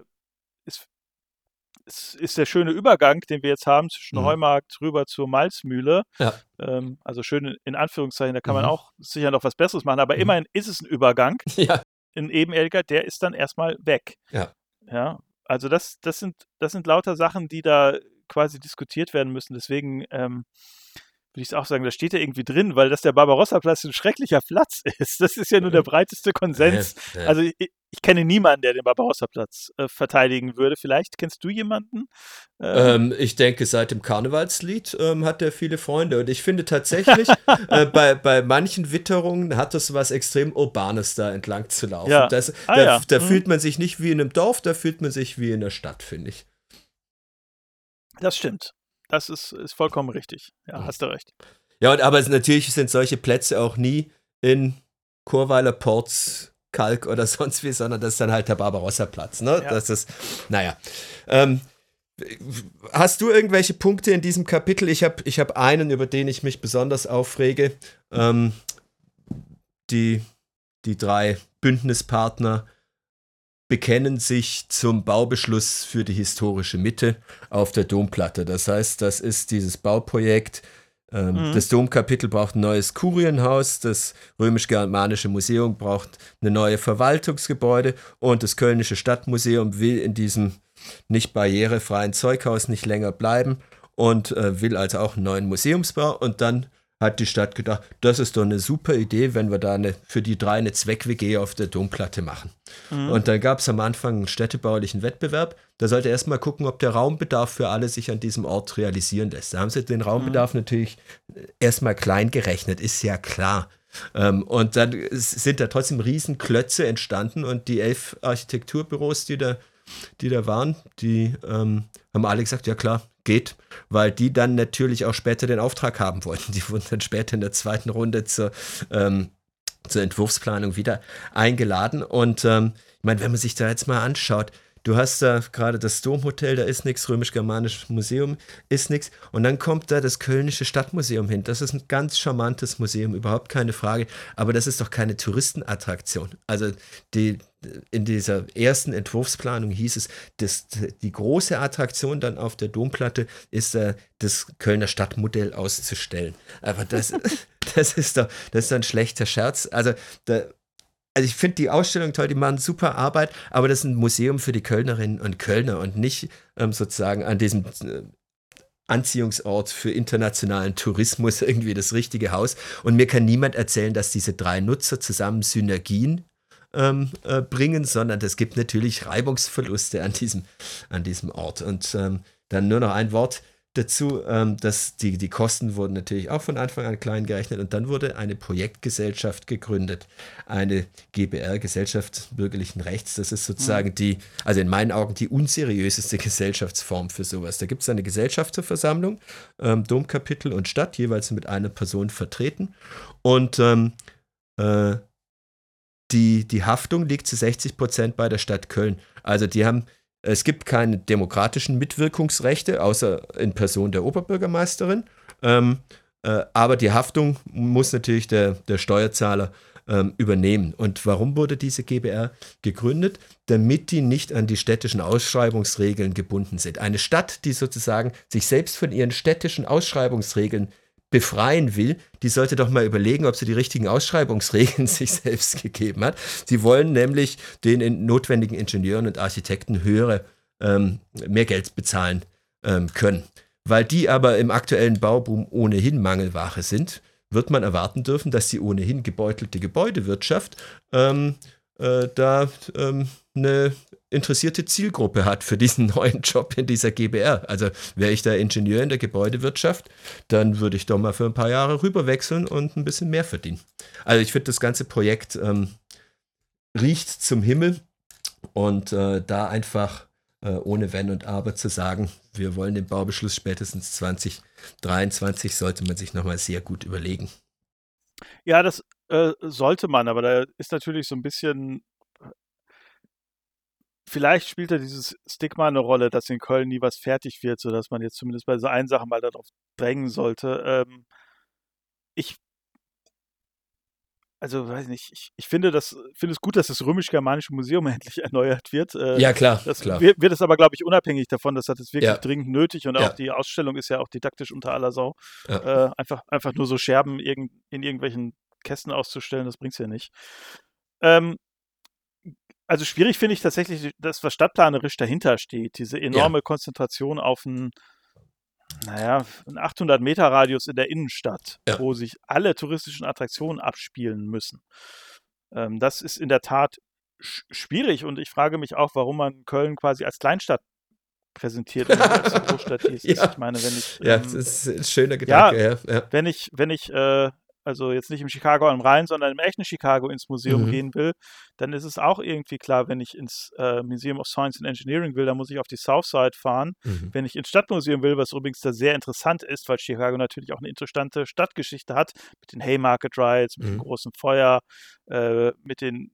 der schöne Übergang, den wir jetzt haben, zwischen Heumarkt rüber zur Malzmühle, also schön in Anführungszeichen, da kann man auch sicher noch was Besseres machen, aber immerhin ist es ein Übergang, ein ebenerdiger, der ist dann erstmal weg. Ja, also das sind lauter Sachen, die da quasi diskutiert werden müssen, deswegen würde ich auch sagen, da steht ja irgendwie drin, weil der Barbarossa-Platz ein schrecklicher Platz ist. Das ist ja nur der breiteste Konsens. Also ich kenne niemanden, der den Barbarossa-Platz verteidigen würde. Vielleicht kennst du jemanden? Ich denke, seit dem Karnevalslied hat er viele Freunde. Und ich finde tatsächlich, bei manchen Witterungen hat das was extrem Urbanes, da entlang zu laufen. Ja. Da fühlt man sich nicht wie in einem Dorf, da fühlt man sich wie in der Stadt, finde ich. Das stimmt. Das ist vollkommen richtig. Ja, hast du recht. Ja, aber natürlich sind solche Plätze auch nie in Churweiler, Porz, Kalk oder sonst wie, sondern das ist dann halt der Barbarossa-Platz. Ne? Ja. Das ist, naja. Hast du irgendwelche Punkte in diesem Kapitel? Ich hab einen, über den ich mich besonders aufrege. Die 3 Bündnispartner bekennen sich zum Baubeschluss für die historische Mitte auf der Domplatte. Das heißt, das ist dieses Bauprojekt. Das Domkapitel braucht ein neues Kurienhaus, das Römisch-Germanische Museum braucht eine neue Verwaltungsgebäude und das Kölnische Stadtmuseum will in diesem nicht barrierefreien Zeughaus nicht länger bleiben und will also auch einen neuen Museumsbau. Und dann hat die Stadt gedacht, das ist doch eine super Idee, wenn wir da für die 3 eine Zweck-WG auf der Domplatte machen. Und dann gab es am Anfang einen städtebaulichen Wettbewerb. Da sollte erstmal gucken, ob der Raumbedarf für alle sich an diesem Ort realisieren lässt. Da haben sie den Raumbedarf natürlich erstmal klein gerechnet, ist ja klar. Und dann sind da trotzdem Riesenklötze entstanden und die 11 Architekturbüros, die da waren, die haben alle gesagt, ja klar, geht, weil die dann natürlich auch später den Auftrag haben wollten. Die wurden dann später in der zweiten Runde zur Entwurfsplanung wieder eingeladen. Und ich meine, wenn man sich da jetzt mal anschaut, du hast da gerade das Domhotel, da ist nichts, Römisch-Germanisches Museum ist nichts. Und dann kommt da das Kölnische Stadtmuseum hin. Das ist ein ganz charmantes Museum, überhaupt keine Frage. Aber das ist doch keine Touristenattraktion. Also in dieser ersten Entwurfsplanung hieß es, die große Attraktion dann auf der Domplatte ist das Kölner Stadtmodell auszustellen. Aber das ist doch ein schlechter Scherz. Also ich finde die Ausstellung toll, die machen super Arbeit, aber das ist ein Museum für die Kölnerinnen und Kölner und nicht sozusagen an diesem Anziehungsort für internationalen Tourismus irgendwie das richtige Haus. Und mir kann niemand erzählen, dass diese 3 Nutzer zusammen Synergien bringen, sondern es gibt natürlich Reibungsverluste an diesem Ort. Und dann nur noch ein Wort dazu, dass die Kosten wurden natürlich auch von Anfang an klein gerechnet und dann wurde eine Projektgesellschaft gegründet, eine GbR, Gesellschaft bürgerlichen Rechts. Das ist sozusagen also in meinen Augen die unseriöseste Gesellschaftsform für sowas. Da gibt es eine Gesellschafterversammlung, Domkapitel und Stadt, jeweils mit einer Person vertreten und die Haftung liegt zu 60% bei der Stadt Köln. Also es gibt keine demokratischen Mitwirkungsrechte, außer in Person der Oberbürgermeisterin. Aber die Haftung muss natürlich der Steuerzahler übernehmen. Und warum wurde diese GbR gegründet? Damit die nicht an die städtischen Ausschreibungsregeln gebunden sind. Eine Stadt, die sozusagen sich selbst von ihren städtischen Ausschreibungsregeln befreien will, die sollte doch mal überlegen, ob sie die richtigen Ausschreibungsregeln sich selbst gegeben hat. Sie wollen nämlich den notwendigen Ingenieuren und Architekten mehr Geld bezahlen können. Weil die aber im aktuellen Bauboom ohnehin Mangelware sind, wird man erwarten dürfen, dass die ohnehin gebeutelte Gebäudewirtschaft eine interessierte Zielgruppe hat für diesen neuen Job in dieser GbR. Also wäre ich da Ingenieur in der Gebäudewirtschaft, dann würde ich doch mal für ein paar Jahre rüberwechseln und ein bisschen mehr verdienen. Also ich finde, das ganze Projekt riecht zum Himmel und da einfach ohne Wenn und Aber zu sagen, wir wollen den Baubeschluss spätestens 2023, sollte man sich nochmal sehr gut überlegen. Ja, das sollte man, aber da ist natürlich so ein bisschen, vielleicht spielt da dieses Stigma eine Rolle, dass in Köln nie was fertig wird, sodass man jetzt zumindest bei so einen Sache mal darauf drängen sollte. Ich Also, weiß nicht, ich finde es gut, dass das Römisch-Germanische Museum endlich erneuert wird. Ja, klar, Das klar. wird es aber, glaube ich, unabhängig davon. Das hat es wirklich Ja. dringend nötig und Ja. auch die Ausstellung ist ja auch didaktisch unter aller Sau. Ja. Einfach nur so Scherben in irgendwelchen Kästen auszustellen, das bringt's ja nicht. Also schwierig finde ich tatsächlich das, was stadtplanerisch dahinter steht. Diese enorme Konzentration auf einen 800-Meter-Radius in der Innenstadt, wo sich alle touristischen Attraktionen abspielen müssen. Das ist in der Tat schwierig und ich frage mich auch, warum man Köln quasi als Kleinstadt präsentiert und nicht als Großstadt ist. Ja. Ich meine, wenn ich das ist ein schöner Gedanke. Ja. wenn ich also jetzt nicht im Chicago am Rhein, sondern im echten Chicago ins Museum gehen will, dann ist es auch irgendwie klar, wenn ich ins Museum of Science and Engineering will, dann muss ich auf die Southside fahren. Wenn ich ins Stadtmuseum will, was übrigens da sehr interessant ist, weil Chicago natürlich auch eine interessante Stadtgeschichte hat, mit den Haymarket Rides, mit dem großen Feuer, mit den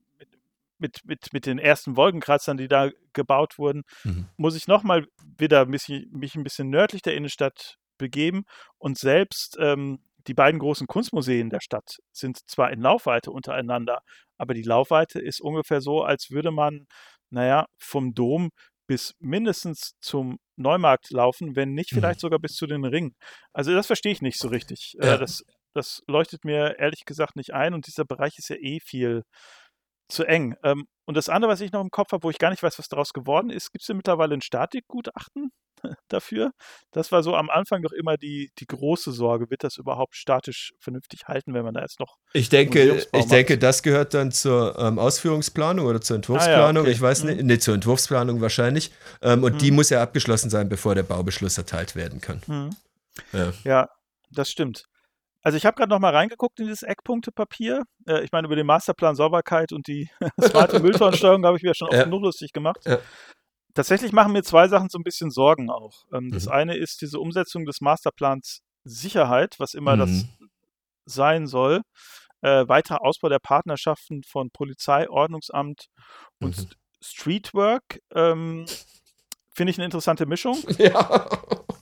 ersten Wolkenkratzern, die da gebaut wurden, muss ich nochmal wieder mich ein bisschen nördlich der Innenstadt begeben und selbst die beiden großen Kunstmuseen der Stadt sind zwar in Laufweite untereinander, aber die Laufweite ist ungefähr so, als würde man, vom Dom bis mindestens zum Neumarkt laufen, wenn nicht vielleicht sogar bis zu den Ringen. Also das verstehe ich nicht so richtig. Ja. Das leuchtet mir ehrlich gesagt nicht ein und dieser Bereich ist ja viel zu eng. Und das andere, was ich noch im Kopf habe, wo ich gar nicht weiß, was daraus geworden ist, gibt es denn mittlerweile ein Statikgutachten dafür? Das war so am Anfang doch immer die große Sorge. Wird das überhaupt statisch vernünftig halten, wenn man da jetzt noch Ich denke, das gehört dann zur Ausführungsplanung oder zur Entwurfsplanung. Okay. Ich weiß nicht, zur Entwurfsplanung wahrscheinlich. Und die muss ja abgeschlossen sein, bevor der Baubeschluss erteilt werden kann. Ja, das stimmt. Also ich habe gerade noch mal reingeguckt in dieses Eckpunktepapier. Ich meine, über den Masterplan Sauberkeit und die smarte Mülltonnensteuerung habe ich mir schon oft genug lustig gemacht. Ja. Tatsächlich machen mir zwei Sachen so ein bisschen Sorgen auch. Das eine ist diese Umsetzung des Masterplans Sicherheit, was immer das sein soll. Weiterer Ausbau der Partnerschaften von Polizei, Ordnungsamt und Streetwork. Finde ich eine interessante Mischung. Ja.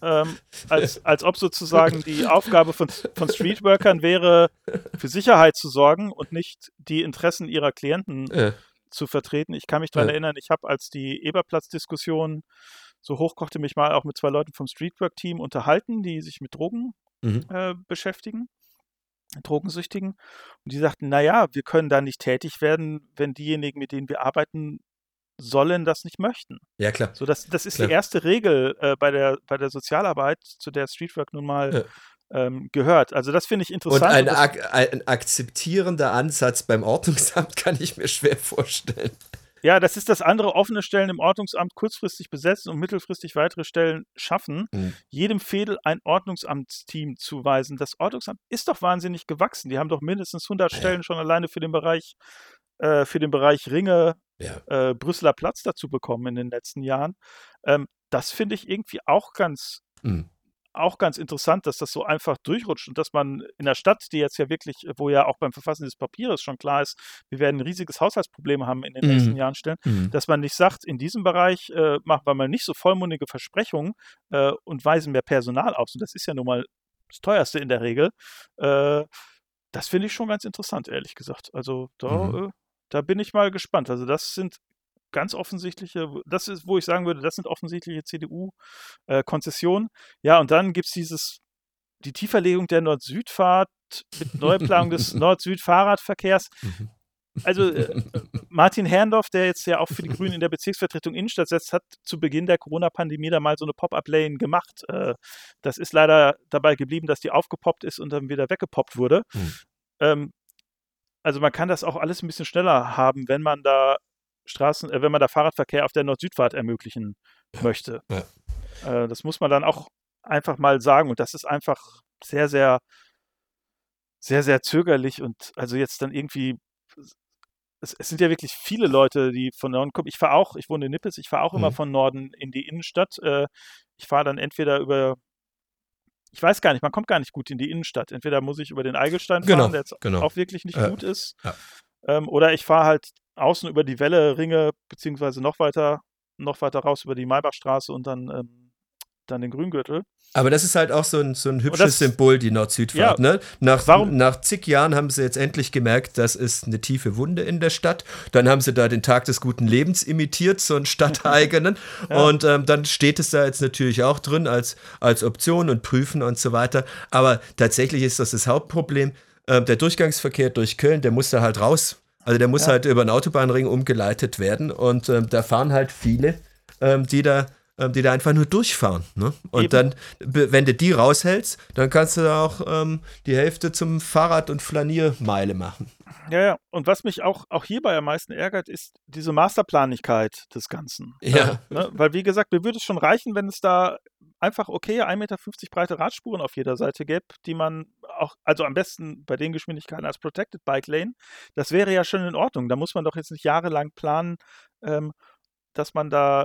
Als ob sozusagen die Aufgabe von Streetworkern wäre, für Sicherheit zu sorgen und nicht die Interessen ihrer Klienten zu vertreten. Ich kann mich daran erinnern, ich habe, als die Eberplatz-Diskussion so hochkochte, mich mal auch mit zwei Leuten vom Streetwork-Team unterhalten, die sich mit Drogen beschäftigen, Drogensüchtigen. Und die sagten, wir können da nicht tätig werden, wenn diejenigen, mit denen wir arbeiten sollen, das nicht möchten. Ja, klar. So, das ist die erste Regel bei der Sozialarbeit, zu der Streetwork nun mal gehört. Also das finde ich interessant. Und ein akzeptierender Ansatz beim Ordnungsamt kann ich mir schwer vorstellen. Ja, das ist das andere, offene Stellen im Ordnungsamt kurzfristig besetzen und mittelfristig weitere Stellen schaffen. Jedem Fädel ein Ordnungsamtsteam zuweisen. Das Ordnungsamt ist doch wahnsinnig gewachsen. Die haben doch mindestens 100 Stellen schon alleine für den Bereich Ringe, Brüsseler Platz dazu bekommen in den letzten Jahren. Das finde ich irgendwie auch ganz interessant, dass das so einfach durchrutscht und dass man in der Stadt, die jetzt ja wirklich, wo ja auch beim Verfassen des Papiers schon klar ist, wir werden ein riesiges Haushaltsproblem haben in den nächsten Jahren stellen, dass man nicht sagt, in diesem Bereich machen wir mal nicht so vollmundige Versprechungen und weisen mehr Personal aus. Und das ist ja nun mal das Teuerste in der Regel. das finde ich schon ganz interessant, ehrlich gesagt. Also da bin ich mal gespannt. Also das sind ganz offensichtliche, das ist, wo ich sagen würde, das sind offensichtliche CDU-Konzessionen. Ja, und dann gibt es die Tieferlegung der Nord-Süd-Fahrt mit Neuplanung des Nord-Süd-Fahrradverkehrs. Also Martin Herrndorf, der jetzt ja auch für die Grünen in der Bezirksvertretung Innenstadt sitzt, hat zu Beginn der Corona-Pandemie da mal so eine Pop-Up-Lane gemacht. Das ist leider dabei geblieben, dass die aufgepoppt ist und dann wieder weggepoppt wurde. Also man kann das auch alles ein bisschen schneller haben, wenn man da wenn man da Fahrradverkehr auf der Nord-Süd-Fahrt ermöglichen möchte. Ja. Das muss man dann auch einfach mal sagen. Und das ist einfach sehr, sehr, sehr, sehr zögerlich. Und also jetzt dann irgendwie, es sind ja wirklich viele Leute, die von Norden kommen. Ich wohne in Nippes, ich fahre auch immer von Norden in die Innenstadt. Ich fahre dann entweder ich weiß gar nicht, man kommt gar nicht gut in die Innenstadt. Entweder muss ich über den Eigelstein fahren, der jetzt auch wirklich nicht gut ist. Ja. Oder ich fahre halt außen über die Welle-Ringe, beziehungsweise noch weiter raus über die Maybachstraße und dann den Grüngürtel. Aber das ist halt auch so ein hübsches Symbol, die Nord-Süd-Fahrt. Ja, ne? Nach zig Jahren haben sie jetzt endlich gemerkt, das ist eine tiefe Wunde in der Stadt. Dann haben sie da den Tag des guten Lebens imitiert, so einen stadteigenen. Ja. Und dann steht es da jetzt natürlich auch drin als Option und prüfen und so weiter. Aber tatsächlich ist das Hauptproblem. Der Durchgangsverkehr durch Köln, der muss da halt raus. Also der muss halt über einen Autobahnring umgeleitet werden. Und da fahren halt viele, die da einfach nur durchfahren. Ne? Und eben. Dann, wenn du die raushältst, dann kannst du da auch die Hälfte zum Fahrrad- und Flaniermeile machen. Ja. Und was mich auch hierbei am meisten ärgert, ist diese Masterplanigkeit des Ganzen. Ja. Ne? Weil, wie gesagt, mir würde es schon reichen, wenn es da einfach 1,50 Meter breite Radspuren auf jeder Seite gäbe, die man auch, also am besten bei den Geschwindigkeiten als Protected Bike Lane, das wäre ja schon in Ordnung. Da muss man doch jetzt nicht jahrelang planen, dass man da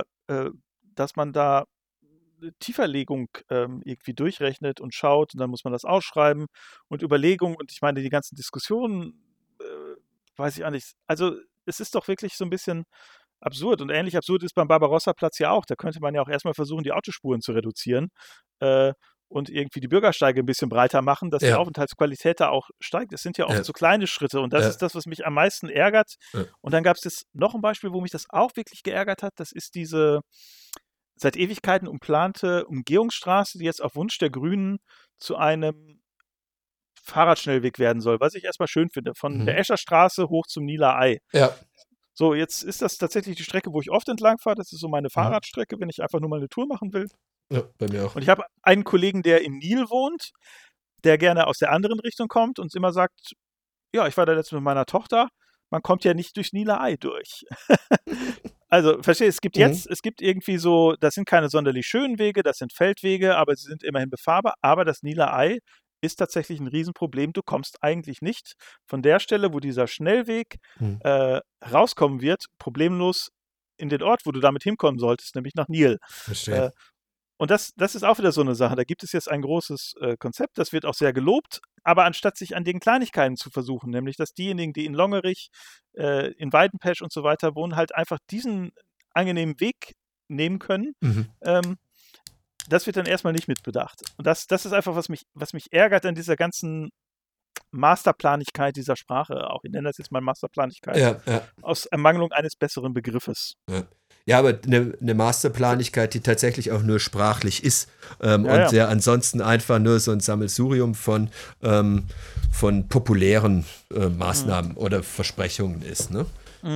Tieferlegung irgendwie durchrechnet und schaut und dann muss man das ausschreiben und Überlegungen und ich meine, die ganzen Diskussionen, weiß ich auch nicht. Also es ist doch wirklich so ein bisschen absurd und ähnlich absurd ist beim Barbarossa-Platz ja auch. Da könnte man ja auch erstmal versuchen, die Autospuren zu reduzieren und irgendwie die Bürgersteige ein bisschen breiter machen, dass die Aufenthaltsqualität da auch steigt. Es sind ja oft so kleine Schritte und das ist das, was mich am meisten ärgert. Ja. Und dann gab es jetzt noch ein Beispiel, wo mich das auch wirklich geärgert hat. Das ist diese seit Ewigkeiten umplante Umgehungsstraße, die jetzt auf Wunsch der Grünen zu einem Fahrradschnellweg werden soll, was ich erstmal schön finde. Von der Escherstraße hoch zum Nieler Ei. Ja. So, jetzt ist das tatsächlich die Strecke, wo ich oft entlang fahre. Das ist so meine Fahrradstrecke, wenn ich einfach nur mal eine Tour machen will. Ja, bei mir auch. Und ich habe einen Kollegen, der in Nil wohnt, der gerne aus der anderen Richtung kommt und immer sagt, ja, ich war da letztens mit meiner Tochter, man kommt ja nicht durchs Nieler Ei durch. Also, verstehst du, es gibt irgendwie so, das sind keine sonderlich schönen Wege, das sind Feldwege, aber sie sind immerhin befahrbar, aber das Nieler Ei ist tatsächlich ein Riesenproblem. Du kommst eigentlich nicht von der Stelle, wo dieser Schnellweg rauskommen wird, problemlos in den Ort, wo du damit hinkommen solltest, nämlich nach Nil. Verstehe. Und das ist auch wieder so eine Sache. Da gibt es jetzt ein großes Konzept, das wird auch sehr gelobt, aber anstatt sich an den Kleinigkeiten zu versuchen, nämlich dass diejenigen, die in Longerich, in Weidenpesch und so weiter wohnen, halt einfach diesen angenehmen Weg nehmen können, das wird dann erstmal nicht mitbedacht. Und das ist einfach, was mich ärgert an dieser ganzen Masterplanigkeit dieser Sprache auch. Ich nenne das jetzt mal Masterplanigkeit. Aus Ermangelung eines besseren Begriffes. Ja, aber eine Masterplanigkeit, die tatsächlich auch nur sprachlich ist und ja ansonsten einfach nur so ein Sammelsurium von populären Maßnahmen oder Versprechungen ist. Ne?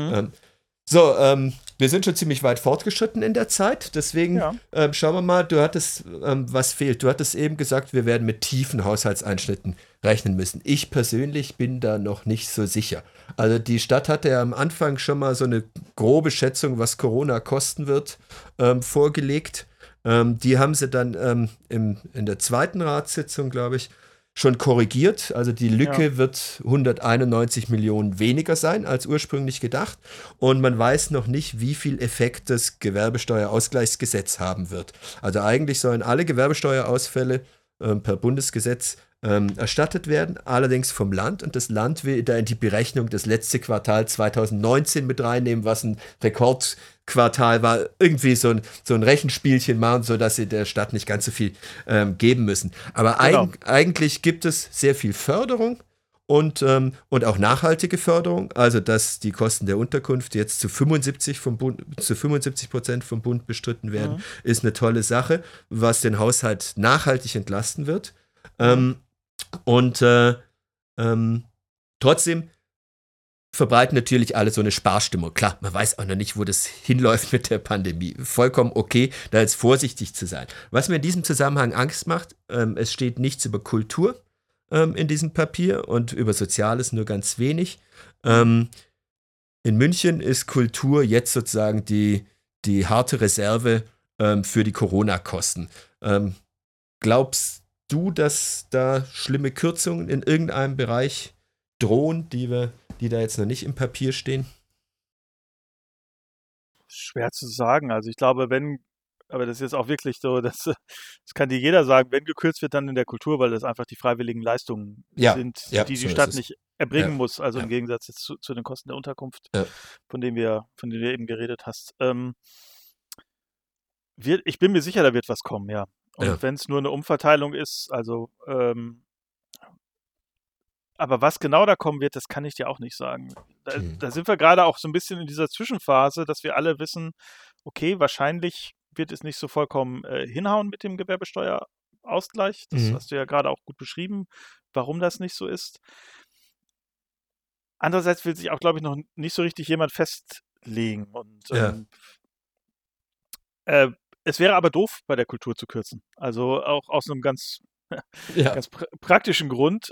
Wir sind schon ziemlich weit fortgeschritten in der Zeit, deswegen schauen wir mal, du hattest, was fehlt. Du hattest eben gesagt, wir werden mit tiefen Haushaltseinschnitten rechnen müssen. Ich persönlich bin da noch nicht so sicher. Also die Stadt hatte ja am Anfang schon mal so eine grobe Schätzung, was Corona kosten wird, vorgelegt. Die haben sie dann in der zweiten Ratssitzung, glaube ich, schon korrigiert. Also die Lücke wird 191 Millionen weniger sein als ursprünglich gedacht. Und man weiß noch nicht, wie viel Effekt das Gewerbesteuerausgleichsgesetz haben wird. Also eigentlich sollen alle Gewerbesteuerausfälle per Bundesgesetz erstattet werden, allerdings vom Land. Und das Land will da in die Berechnung das letzte Quartal 2019 mit reinnehmen, was ein Rekordquartal war. Irgendwie so ein Rechenspielchen machen, sodass sie der Stadt nicht ganz so viel geben müssen. Aber eigentlich gibt es sehr viel Förderung und auch nachhaltige Förderung, also dass die Kosten der Unterkunft jetzt zu 75% vom Bund bestritten werden, ist eine tolle Sache, was den Haushalt nachhaltig entlasten wird. Trotzdem verbreiten natürlich alle so eine Sparstimmung. Klar, man weiß auch noch nicht, wo das hinläuft mit der Pandemie. Vollkommen okay, da jetzt vorsichtig zu sein. Was mir in diesem Zusammenhang Angst macht, es steht nichts über Kultur in diesem Papier und über Soziales nur ganz wenig. In München ist Kultur jetzt sozusagen die harte Reserve für die Corona-Kosten. Glaubst du, dass da schlimme Kürzungen in irgendeinem Bereich drohen, die da jetzt noch nicht im Papier stehen? Schwer zu sagen. Also ich glaube, aber das ist jetzt auch wirklich so, das kann dir jeder sagen, wenn gekürzt wird, dann in der Kultur, weil das einfach die freiwilligen Leistungen sind, die so Stadt nicht erbringen muss, also im Gegensatz jetzt zu den Kosten der Unterkunft, von denen du eben geredet hast. Ich bin mir sicher, da wird was kommen, ja. Und wenn es nur eine Umverteilung ist, also aber was genau da kommen wird, das kann ich dir auch nicht sagen. Da sind wir gerade auch so ein bisschen in dieser Zwischenphase, dass wir alle wissen, okay, wahrscheinlich wird es nicht so vollkommen hinhauen mit dem Gewerbesteuerausgleich. Das hast du ja gerade auch gut beschrieben, warum das nicht so ist. Andererseits will sich auch, glaube ich, noch nicht so richtig jemand festlegen. Und es wäre aber doof, bei der Kultur zu kürzen. Also auch aus einem ganz praktischen Grund.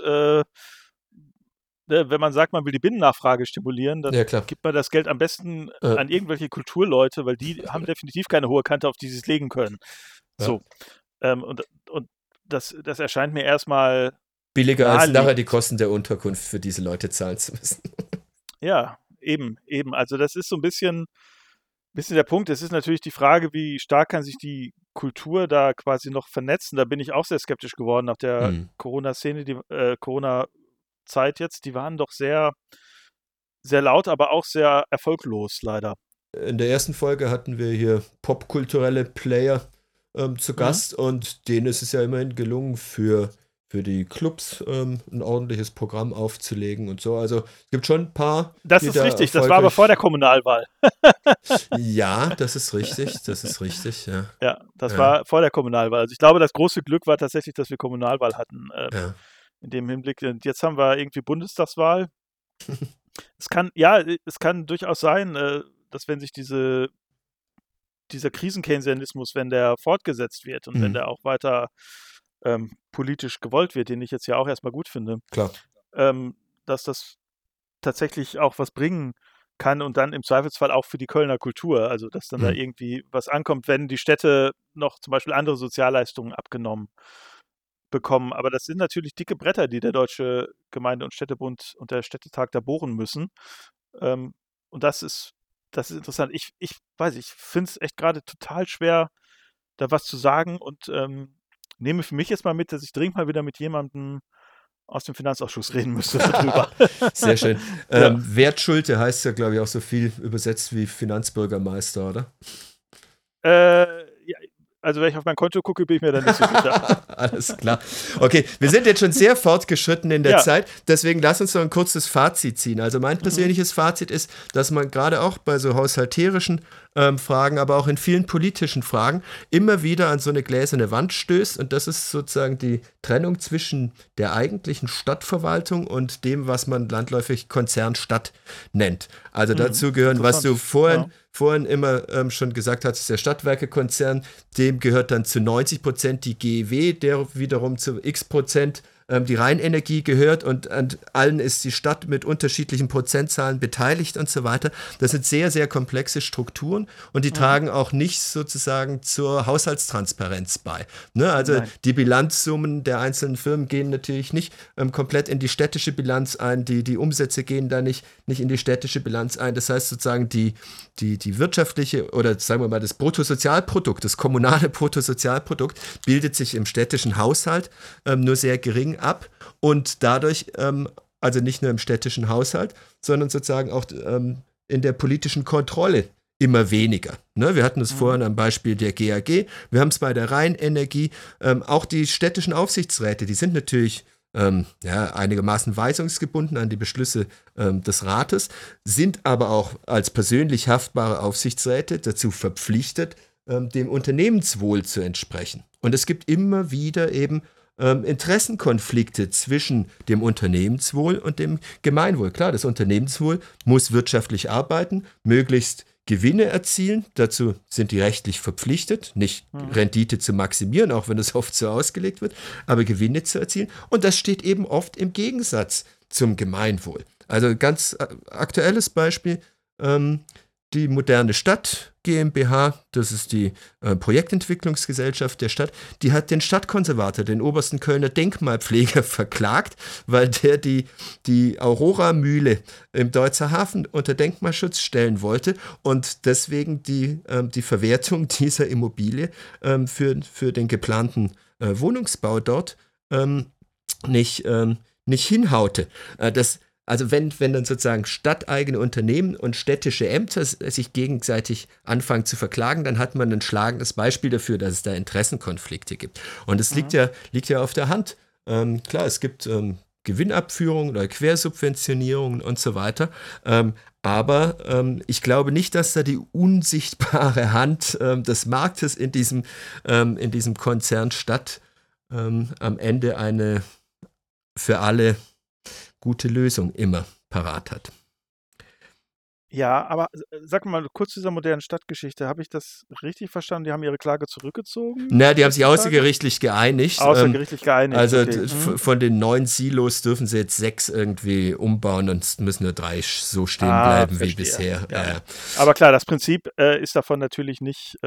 Wenn man sagt, man will die Binnennachfrage stimulieren, dann gibt man das Geld am besten an irgendwelche Kulturleute, weil die haben definitiv keine hohe Kante, auf die sie es legen können. So. Und das erscheint mir erstmal billiger als nachher die Kosten der Unterkunft für diese Leute zahlen zu müssen. Ja, eben. Also das ist so ein bisschen der Punkt. Es ist natürlich die Frage, wie stark kann sich die Kultur da quasi noch vernetzen. Da bin ich auch sehr skeptisch geworden nach der Corona-Szene, die Corona-Zeit jetzt. Die waren doch sehr, sehr laut, aber auch sehr erfolglos, leider. In der ersten Folge hatten wir hier popkulturelle Player zu Gast und denen ist es ja immerhin gelungen, für die Clubs ein ordentliches Programm aufzulegen und so. Also es gibt schon ein paar. Das ist richtig, das war aber vor der Kommunalwahl. Ja, das ist richtig, ja. Ja, das war vor der Kommunalwahl. Also ich glaube, das große Glück war tatsächlich, dass wir Kommunalwahl hatten. In dem Hinblick. Und jetzt haben wir irgendwie Bundestagswahl. Es kann durchaus sein, dass wenn sich dieser Krisenkeynesianismus, wenn der fortgesetzt wird und wenn der auch weiter politisch gewollt wird, den ich jetzt ja auch erstmal gut finde, klar, dass das tatsächlich auch was bringen kann und dann im Zweifelsfall auch für die Kölner Kultur, also dass dann da irgendwie was ankommt, wenn die Städte noch zum Beispiel andere Sozialleistungen abgenommen bekommen. Aber das sind natürlich dicke Bretter, die der Deutsche Gemeinde- und Städtebund und der Städtetag da bohren müssen. Und das ist interessant. Ich finde es echt gerade total schwer, da was zu sagen und nehme für mich jetzt mal mit, dass ich dringend mal wieder mit jemandem aus dem Finanzausschuss reden müsste darüber. Sehr schön. Wertschulte heißt ja, glaube ich, auch so viel übersetzt wie Finanzbürgermeister, oder? Also wenn ich auf mein Konto gucke, bin ich mir dann nicht so sicher. Alles klar. Okay, wir sind jetzt schon sehr fortgeschritten in der Zeit, deswegen lass uns noch ein kurzes Fazit ziehen. Also mein persönliches Fazit ist, dass man gerade auch bei so haushalterischen Fragen, aber auch in vielen politischen Fragen immer wieder an so eine gläserne Wand stößt und das ist sozusagen die Trennung zwischen der eigentlichen Stadtverwaltung und dem, was man landläufig Konzernstadt nennt. Also dazu gehören, was du vorhin immer schon gesagt hast, der Stadtwerke-Konzern, dem gehört dann zu 90% die GEW, der wiederum zu x% die Rheinenergie gehört und an allen ist die Stadt mit unterschiedlichen Prozentzahlen beteiligt und so weiter. Das sind sehr, sehr komplexe Strukturen und die tragen auch nicht sozusagen zur Haushaltstransparenz bei. Ne? Also die Bilanzsummen der einzelnen Firmen gehen natürlich nicht komplett in die städtische Bilanz ein, die Umsätze gehen da nicht in die städtische Bilanz ein. Das heißt sozusagen die wirtschaftliche oder sagen wir mal das Bruttosozialprodukt, das kommunale Bruttosozialprodukt bildet sich im städtischen Haushalt nur sehr gering ab und dadurch, also nicht nur im städtischen Haushalt, sondern sozusagen auch in der politischen Kontrolle immer weniger. Ne? Wir hatten es vorhin am Beispiel der GAG, wir haben es bei der Rheinenergie, auch die städtischen Aufsichtsräte, die sind natürlich einigermaßen weisungsgebunden an die Beschlüsse des Rates, sind aber auch als persönlich haftbare Aufsichtsräte dazu verpflichtet, dem Unternehmenswohl zu entsprechen. Und es gibt immer wieder eben Interessenkonflikte zwischen dem Unternehmenswohl und dem Gemeinwohl. Klar, das Unternehmenswohl muss wirtschaftlich arbeiten, möglichst Gewinne erzielen. Dazu sind die rechtlich verpflichtet, nicht Rendite zu maximieren, auch wenn es oft so ausgelegt wird, aber Gewinne zu erzielen. Und das steht eben oft im Gegensatz zum Gemeinwohl. Also ganz aktuelles Beispiel, die Moderne Stadt GmbH, das ist die Projektentwicklungsgesellschaft der Stadt, die hat den Stadtkonservator, den obersten Kölner Denkmalpfleger, verklagt, weil der die Aurora-Mühle im Deutzer Hafen unter Denkmalschutz stellen wollte und deswegen die Verwertung dieser Immobilie für den geplanten Wohnungsbau dort nicht hinhaute. Also wenn dann sozusagen stadteigene Unternehmen und städtische Ämter sich gegenseitig anfangen zu verklagen, dann hat man ein schlagendes Beispiel dafür, dass es da Interessenkonflikte gibt. Und es liegt ja auf der Hand. Klar, es gibt Gewinnabführungen oder Quersubventionierungen und so weiter. Aber ich glaube nicht, dass da die unsichtbare Hand des Marktes in diesem Konzern Stadt am Ende eine für alle gute Lösung immer parat hat. Ja, aber sag mal kurz zu dieser modernen Stadtgeschichte. Habe ich das richtig verstanden? Die haben ihre Klage zurückgezogen? Na, die haben sich außergerichtlich geeinigt. Außergerichtlich geeinigt. Also okay. Von den 9 Silos dürfen sie jetzt 6 irgendwie umbauen und es müssen nur 3 so stehen bleiben wie bisher. Ja. Aber klar, das Prinzip ist davon natürlich nicht,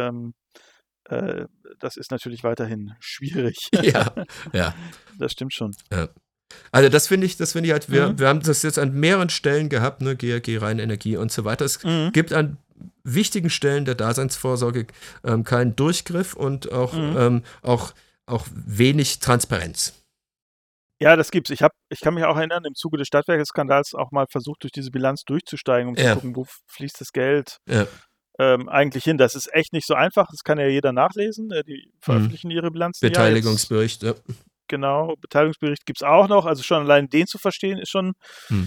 das ist natürlich weiterhin schwierig. Ja. Das stimmt schon. Ja. Also das finde ich halt, wir haben das jetzt an mehreren Stellen gehabt, ne, GRG, Rhein Energie und so weiter. Es gibt an wichtigen Stellen der Daseinsvorsorge keinen Durchgriff und auch wenig Transparenz. Ja, das gibt's. Ich kann mich auch erinnern, im Zuge des Stadtwerke-Skandals auch mal versucht, durch diese Bilanz durchzusteigen, um zu gucken, wo fließt das Geld eigentlich hin. Das ist echt nicht so einfach. Das kann ja jeder nachlesen. Die veröffentlichen ihre Bilanzen. Beteiligungsbericht, ja. Genau, Beteiligungsbericht gibt es auch noch. Also schon allein den zu verstehen, ist schon,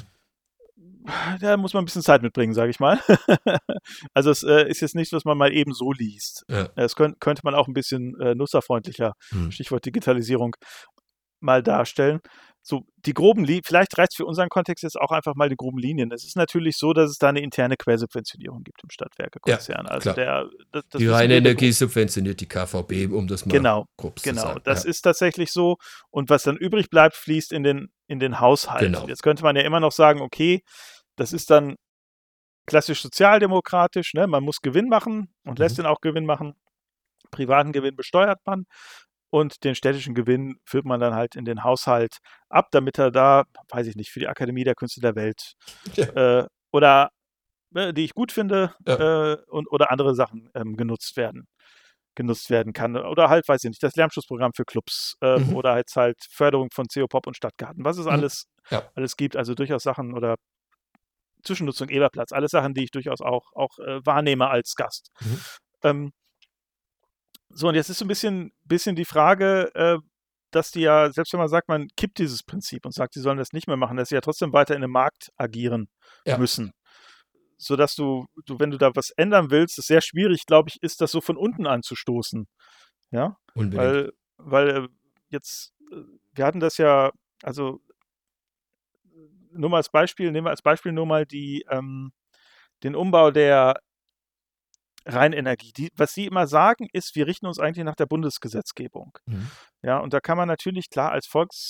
da muss man ein bisschen Zeit mitbringen, sage ich mal. Also es ist jetzt nichts, was man mal eben so liest. Ja. Das könnte man auch ein bisschen nutzerfreundlicher, Stichwort Digitalisierung, mal darstellen. So, die groben Linien, vielleicht reicht es für unseren Kontext jetzt auch einfach mal die groben Linien. Es ist natürlich so, dass es da eine interne Quersubventionierung gibt im Stadtwerke-Konzern. Also die reine Energie subventioniert die KVB, um das mal grob zu sagen. Genau, das ist tatsächlich so. Und was dann übrig bleibt, fließt in den Haushalt. Genau. Jetzt könnte man ja immer noch sagen, okay, das ist dann klassisch sozialdemokratisch, ne? Man muss Gewinn machen und lässt den auch Gewinn machen. Privaten Gewinn besteuert man. Und den städtischen Gewinn führt man dann halt in den Haushalt ab, damit er da, weiß ich nicht, für die Akademie der Künste der Welt oder die ich gut finde oder andere Sachen genutzt werden kann. Oder halt, weiß ich nicht, das Lärmschutzprogramm für Clubs oder halt Förderung von CO-Pop und Stadtgarten. Was es alles gibt, also durchaus Sachen oder Zwischennutzung Eberplatz, alles Sachen, die ich durchaus auch wahrnehme als Gast. So, und jetzt ist so ein bisschen die Frage, dass die ja, selbst wenn man sagt, man kippt dieses Prinzip und sagt, die sollen das nicht mehr machen, dass sie ja trotzdem weiter in dem Markt agieren müssen. Sodass du, wenn du da was ändern willst, es sehr schwierig, glaube ich, ist, das so von unten anzustoßen. Ja, unbedingt. Weil jetzt, wir hatten das ja, also nur mal als Beispiel, nehmen wir als Beispiel nur mal den Umbau der Rheinenergie. Was sie immer sagen, ist, wir richten uns eigentlich nach der Bundesgesetzgebung. Ja, und da kann man natürlich klar als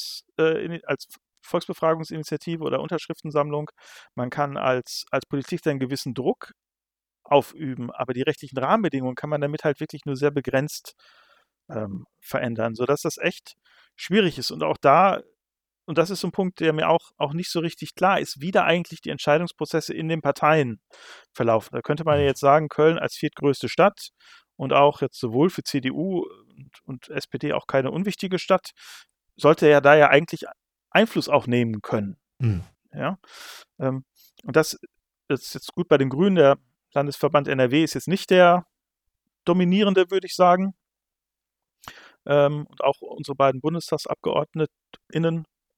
Volksbefragungsinitiative oder Unterschriftensammlung, man kann als Politik dann einen gewissen Druck aufüben, aber die rechtlichen Rahmenbedingungen kann man damit halt wirklich nur sehr begrenzt verändern, sodass das echt schwierig ist. Und auch da, und das ist so ein Punkt, der mir auch nicht so richtig klar ist, wie da eigentlich die Entscheidungsprozesse in den Parteien verlaufen. Da könnte man ja jetzt sagen, Köln als viertgrößte Stadt und auch jetzt sowohl für CDU und SPD auch keine unwichtige Stadt, sollte ja da ja eigentlich Einfluss auch nehmen können. Ja? Und das ist jetzt gut bei den Grünen. Der Landesverband NRW ist jetzt nicht der dominierende, würde ich sagen. Und auch unsere beiden BundestagsabgeordnetInnen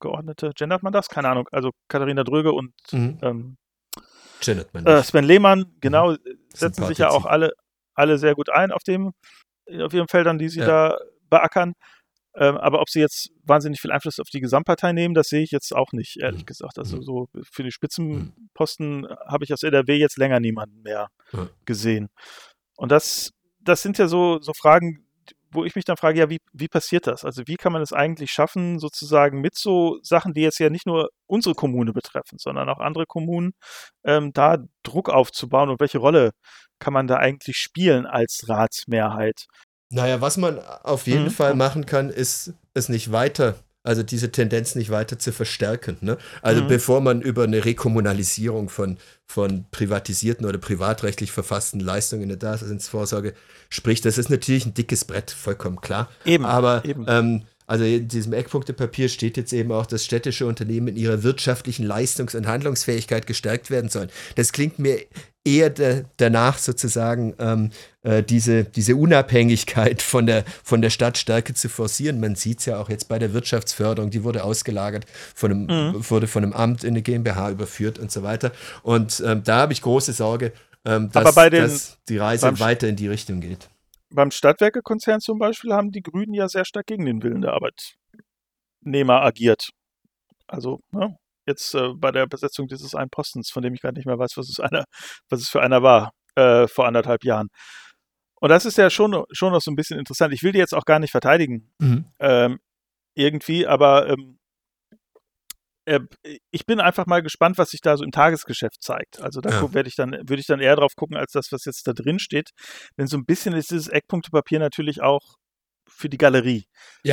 Abgeordnete, gendert man das? Keine Ahnung. Also Katharina Dröge und gendert man nicht. Sven Lehmann, genau, setzen sich ja auch Sympathizid. alle sehr gut ein auf ihren Feldern, die sie da beackern. Aber ob sie jetzt wahnsinnig viel Einfluss auf die Gesamtpartei nehmen, das sehe ich jetzt auch nicht, ehrlich gesagt. Also so für die Spitzenposten habe ich aus NRW jetzt länger niemanden mehr gesehen. Und das sind ja so Fragen, wo ich mich dann frage, ja, wie passiert das? Also wie kann man es eigentlich schaffen, sozusagen mit so Sachen, die jetzt ja nicht nur unsere Kommune betreffen, sondern auch andere Kommunen, da Druck aufzubauen, und welche Rolle kann man da eigentlich spielen als Ratsmehrheit? Naja, was man auf jeden Fall machen kann, ist es nicht weiter, also diese Tendenz nicht weiter zu verstärken. Ne? Also bevor man über eine Rekommunalisierung von privatisierten oder privatrechtlich verfassten Leistungen in der Daseinsvorsorge spricht, das ist natürlich ein dickes Brett, vollkommen klar. Aber also in diesem Eckpunktepapier steht jetzt eben auch, dass städtische Unternehmen in ihrer wirtschaftlichen Leistungs- und Handlungsfähigkeit gestärkt werden sollen. Das klingt mir eher danach sozusagen diese Unabhängigkeit von der Stadtstärke zu forcieren. Man sieht es ja auch jetzt bei der Wirtschaftsförderung, die wurde ausgelagert, wurde von einem Amt in eine GmbH überführt und so weiter. Und da habe ich große Sorge, dass die Reise weiter in die Richtung geht. Beim Stadtwerke-Konzern zum Beispiel haben die Grünen ja sehr stark gegen den Willen der Arbeitnehmer agiert. Also jetzt bei der Besetzung dieses einen Postens, von dem ich gar nicht mehr weiß, was es für einer war, vor 1,5 Jahren. Und das ist ja schon noch so ein bisschen interessant. Ich will die jetzt auch gar nicht verteidigen, irgendwie, aber ich bin einfach mal gespannt, was sich da so im Tagesgeschäft zeigt. Also da würde ich dann eher drauf gucken, als das, was jetzt da drin steht. Denn so ein bisschen ist dieses Eckpunktepapier natürlich auch für die Galerie.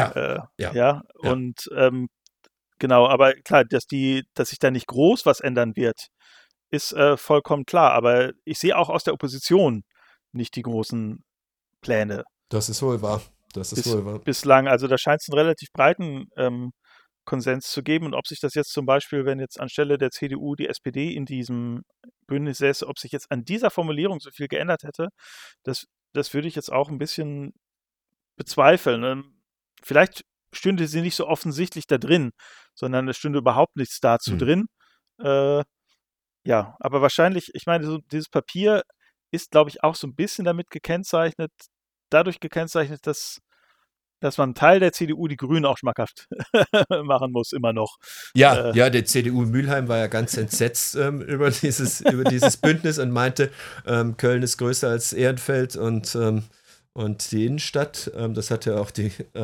Und genau, aber klar, dass sich da nicht groß was ändern wird, ist vollkommen klar. Aber ich sehe auch aus der Opposition nicht die großen Pläne. Das ist wohl wahr. Bislang, also da scheint es einen relativ breiten Konsens zu geben, und ob sich das jetzt zum Beispiel, wenn jetzt anstelle der CDU die SPD in diesem Bündnis säße, ob sich jetzt an dieser Formulierung so viel geändert hätte, das würde ich jetzt auch ein bisschen bezweifeln. Vielleicht stünde sie nicht so offensichtlich da drin, sondern es stünde überhaupt nichts dazu drin. Aber wahrscheinlich, ich meine, so dieses Papier ist, glaube ich, auch so ein bisschen dadurch gekennzeichnet, dass man einen Teil der CDU, die Grünen, auch schmackhaft machen muss, immer noch. Ja, der CDU in Mülheim war ja ganz entsetzt über dieses Bündnis und meinte, Köln ist größer als Ehrenfeld und die Innenstadt. Das hatte auch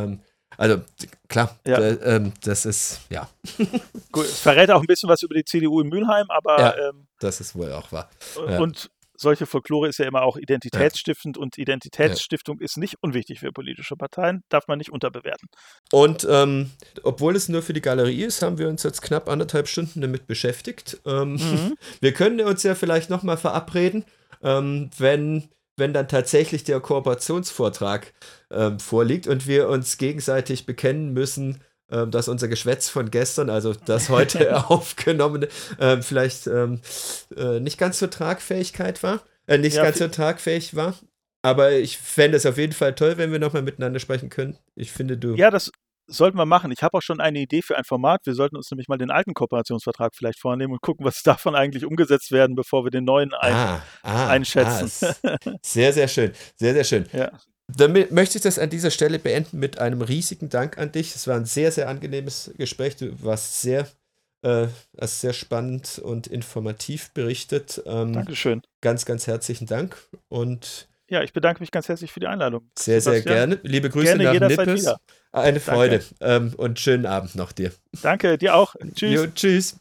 das ist, ja. Gut, es verrät auch ein bisschen was über die CDU in Mülheim, aber das ist wohl auch wahr. Und solche Folklore ist ja immer auch identitätsstiftend, und Identitätsstiftung ist nicht unwichtig für politische Parteien, darf man nicht unterbewerten. Und obwohl es nur für die Galerie ist, haben wir uns jetzt knapp 1,5 Stunden damit beschäftigt. Wir können uns ja vielleicht nochmal verabreden, wenn dann tatsächlich der Kooperationsvortrag vorliegt und wir uns gegenseitig bekennen müssen, dass unser Geschwätz von gestern, also das heute aufgenommene, vielleicht nicht ganz so tragfähig war. Aber ich fände es auf jeden Fall toll, wenn wir nochmal miteinander sprechen können. Ich finde, Ja, das sollten wir machen. Ich habe auch schon eine Idee für ein Format. Wir sollten uns nämlich mal den alten Kooperationsvertrag vielleicht vornehmen und gucken, was davon eigentlich umgesetzt werden, bevor wir den neuen einschätzen. Sehr, sehr schön. Sehr, sehr schön. Ja. Damit möchte ich das an dieser Stelle beenden mit einem riesigen Dank an dich. Es war ein sehr, sehr angenehmes Gespräch. Du warst sehr spannend und informativ berichtet. Dankeschön. Ganz, ganz herzlichen Dank. Und ja, ich bedanke mich ganz herzlich für die Einladung. Sehr, sehr gerne. Liebe Grüße nach Nippes. Eine Freude. Und schönen Abend noch dir. Danke, dir auch. Tschüss. Jo, tschüss.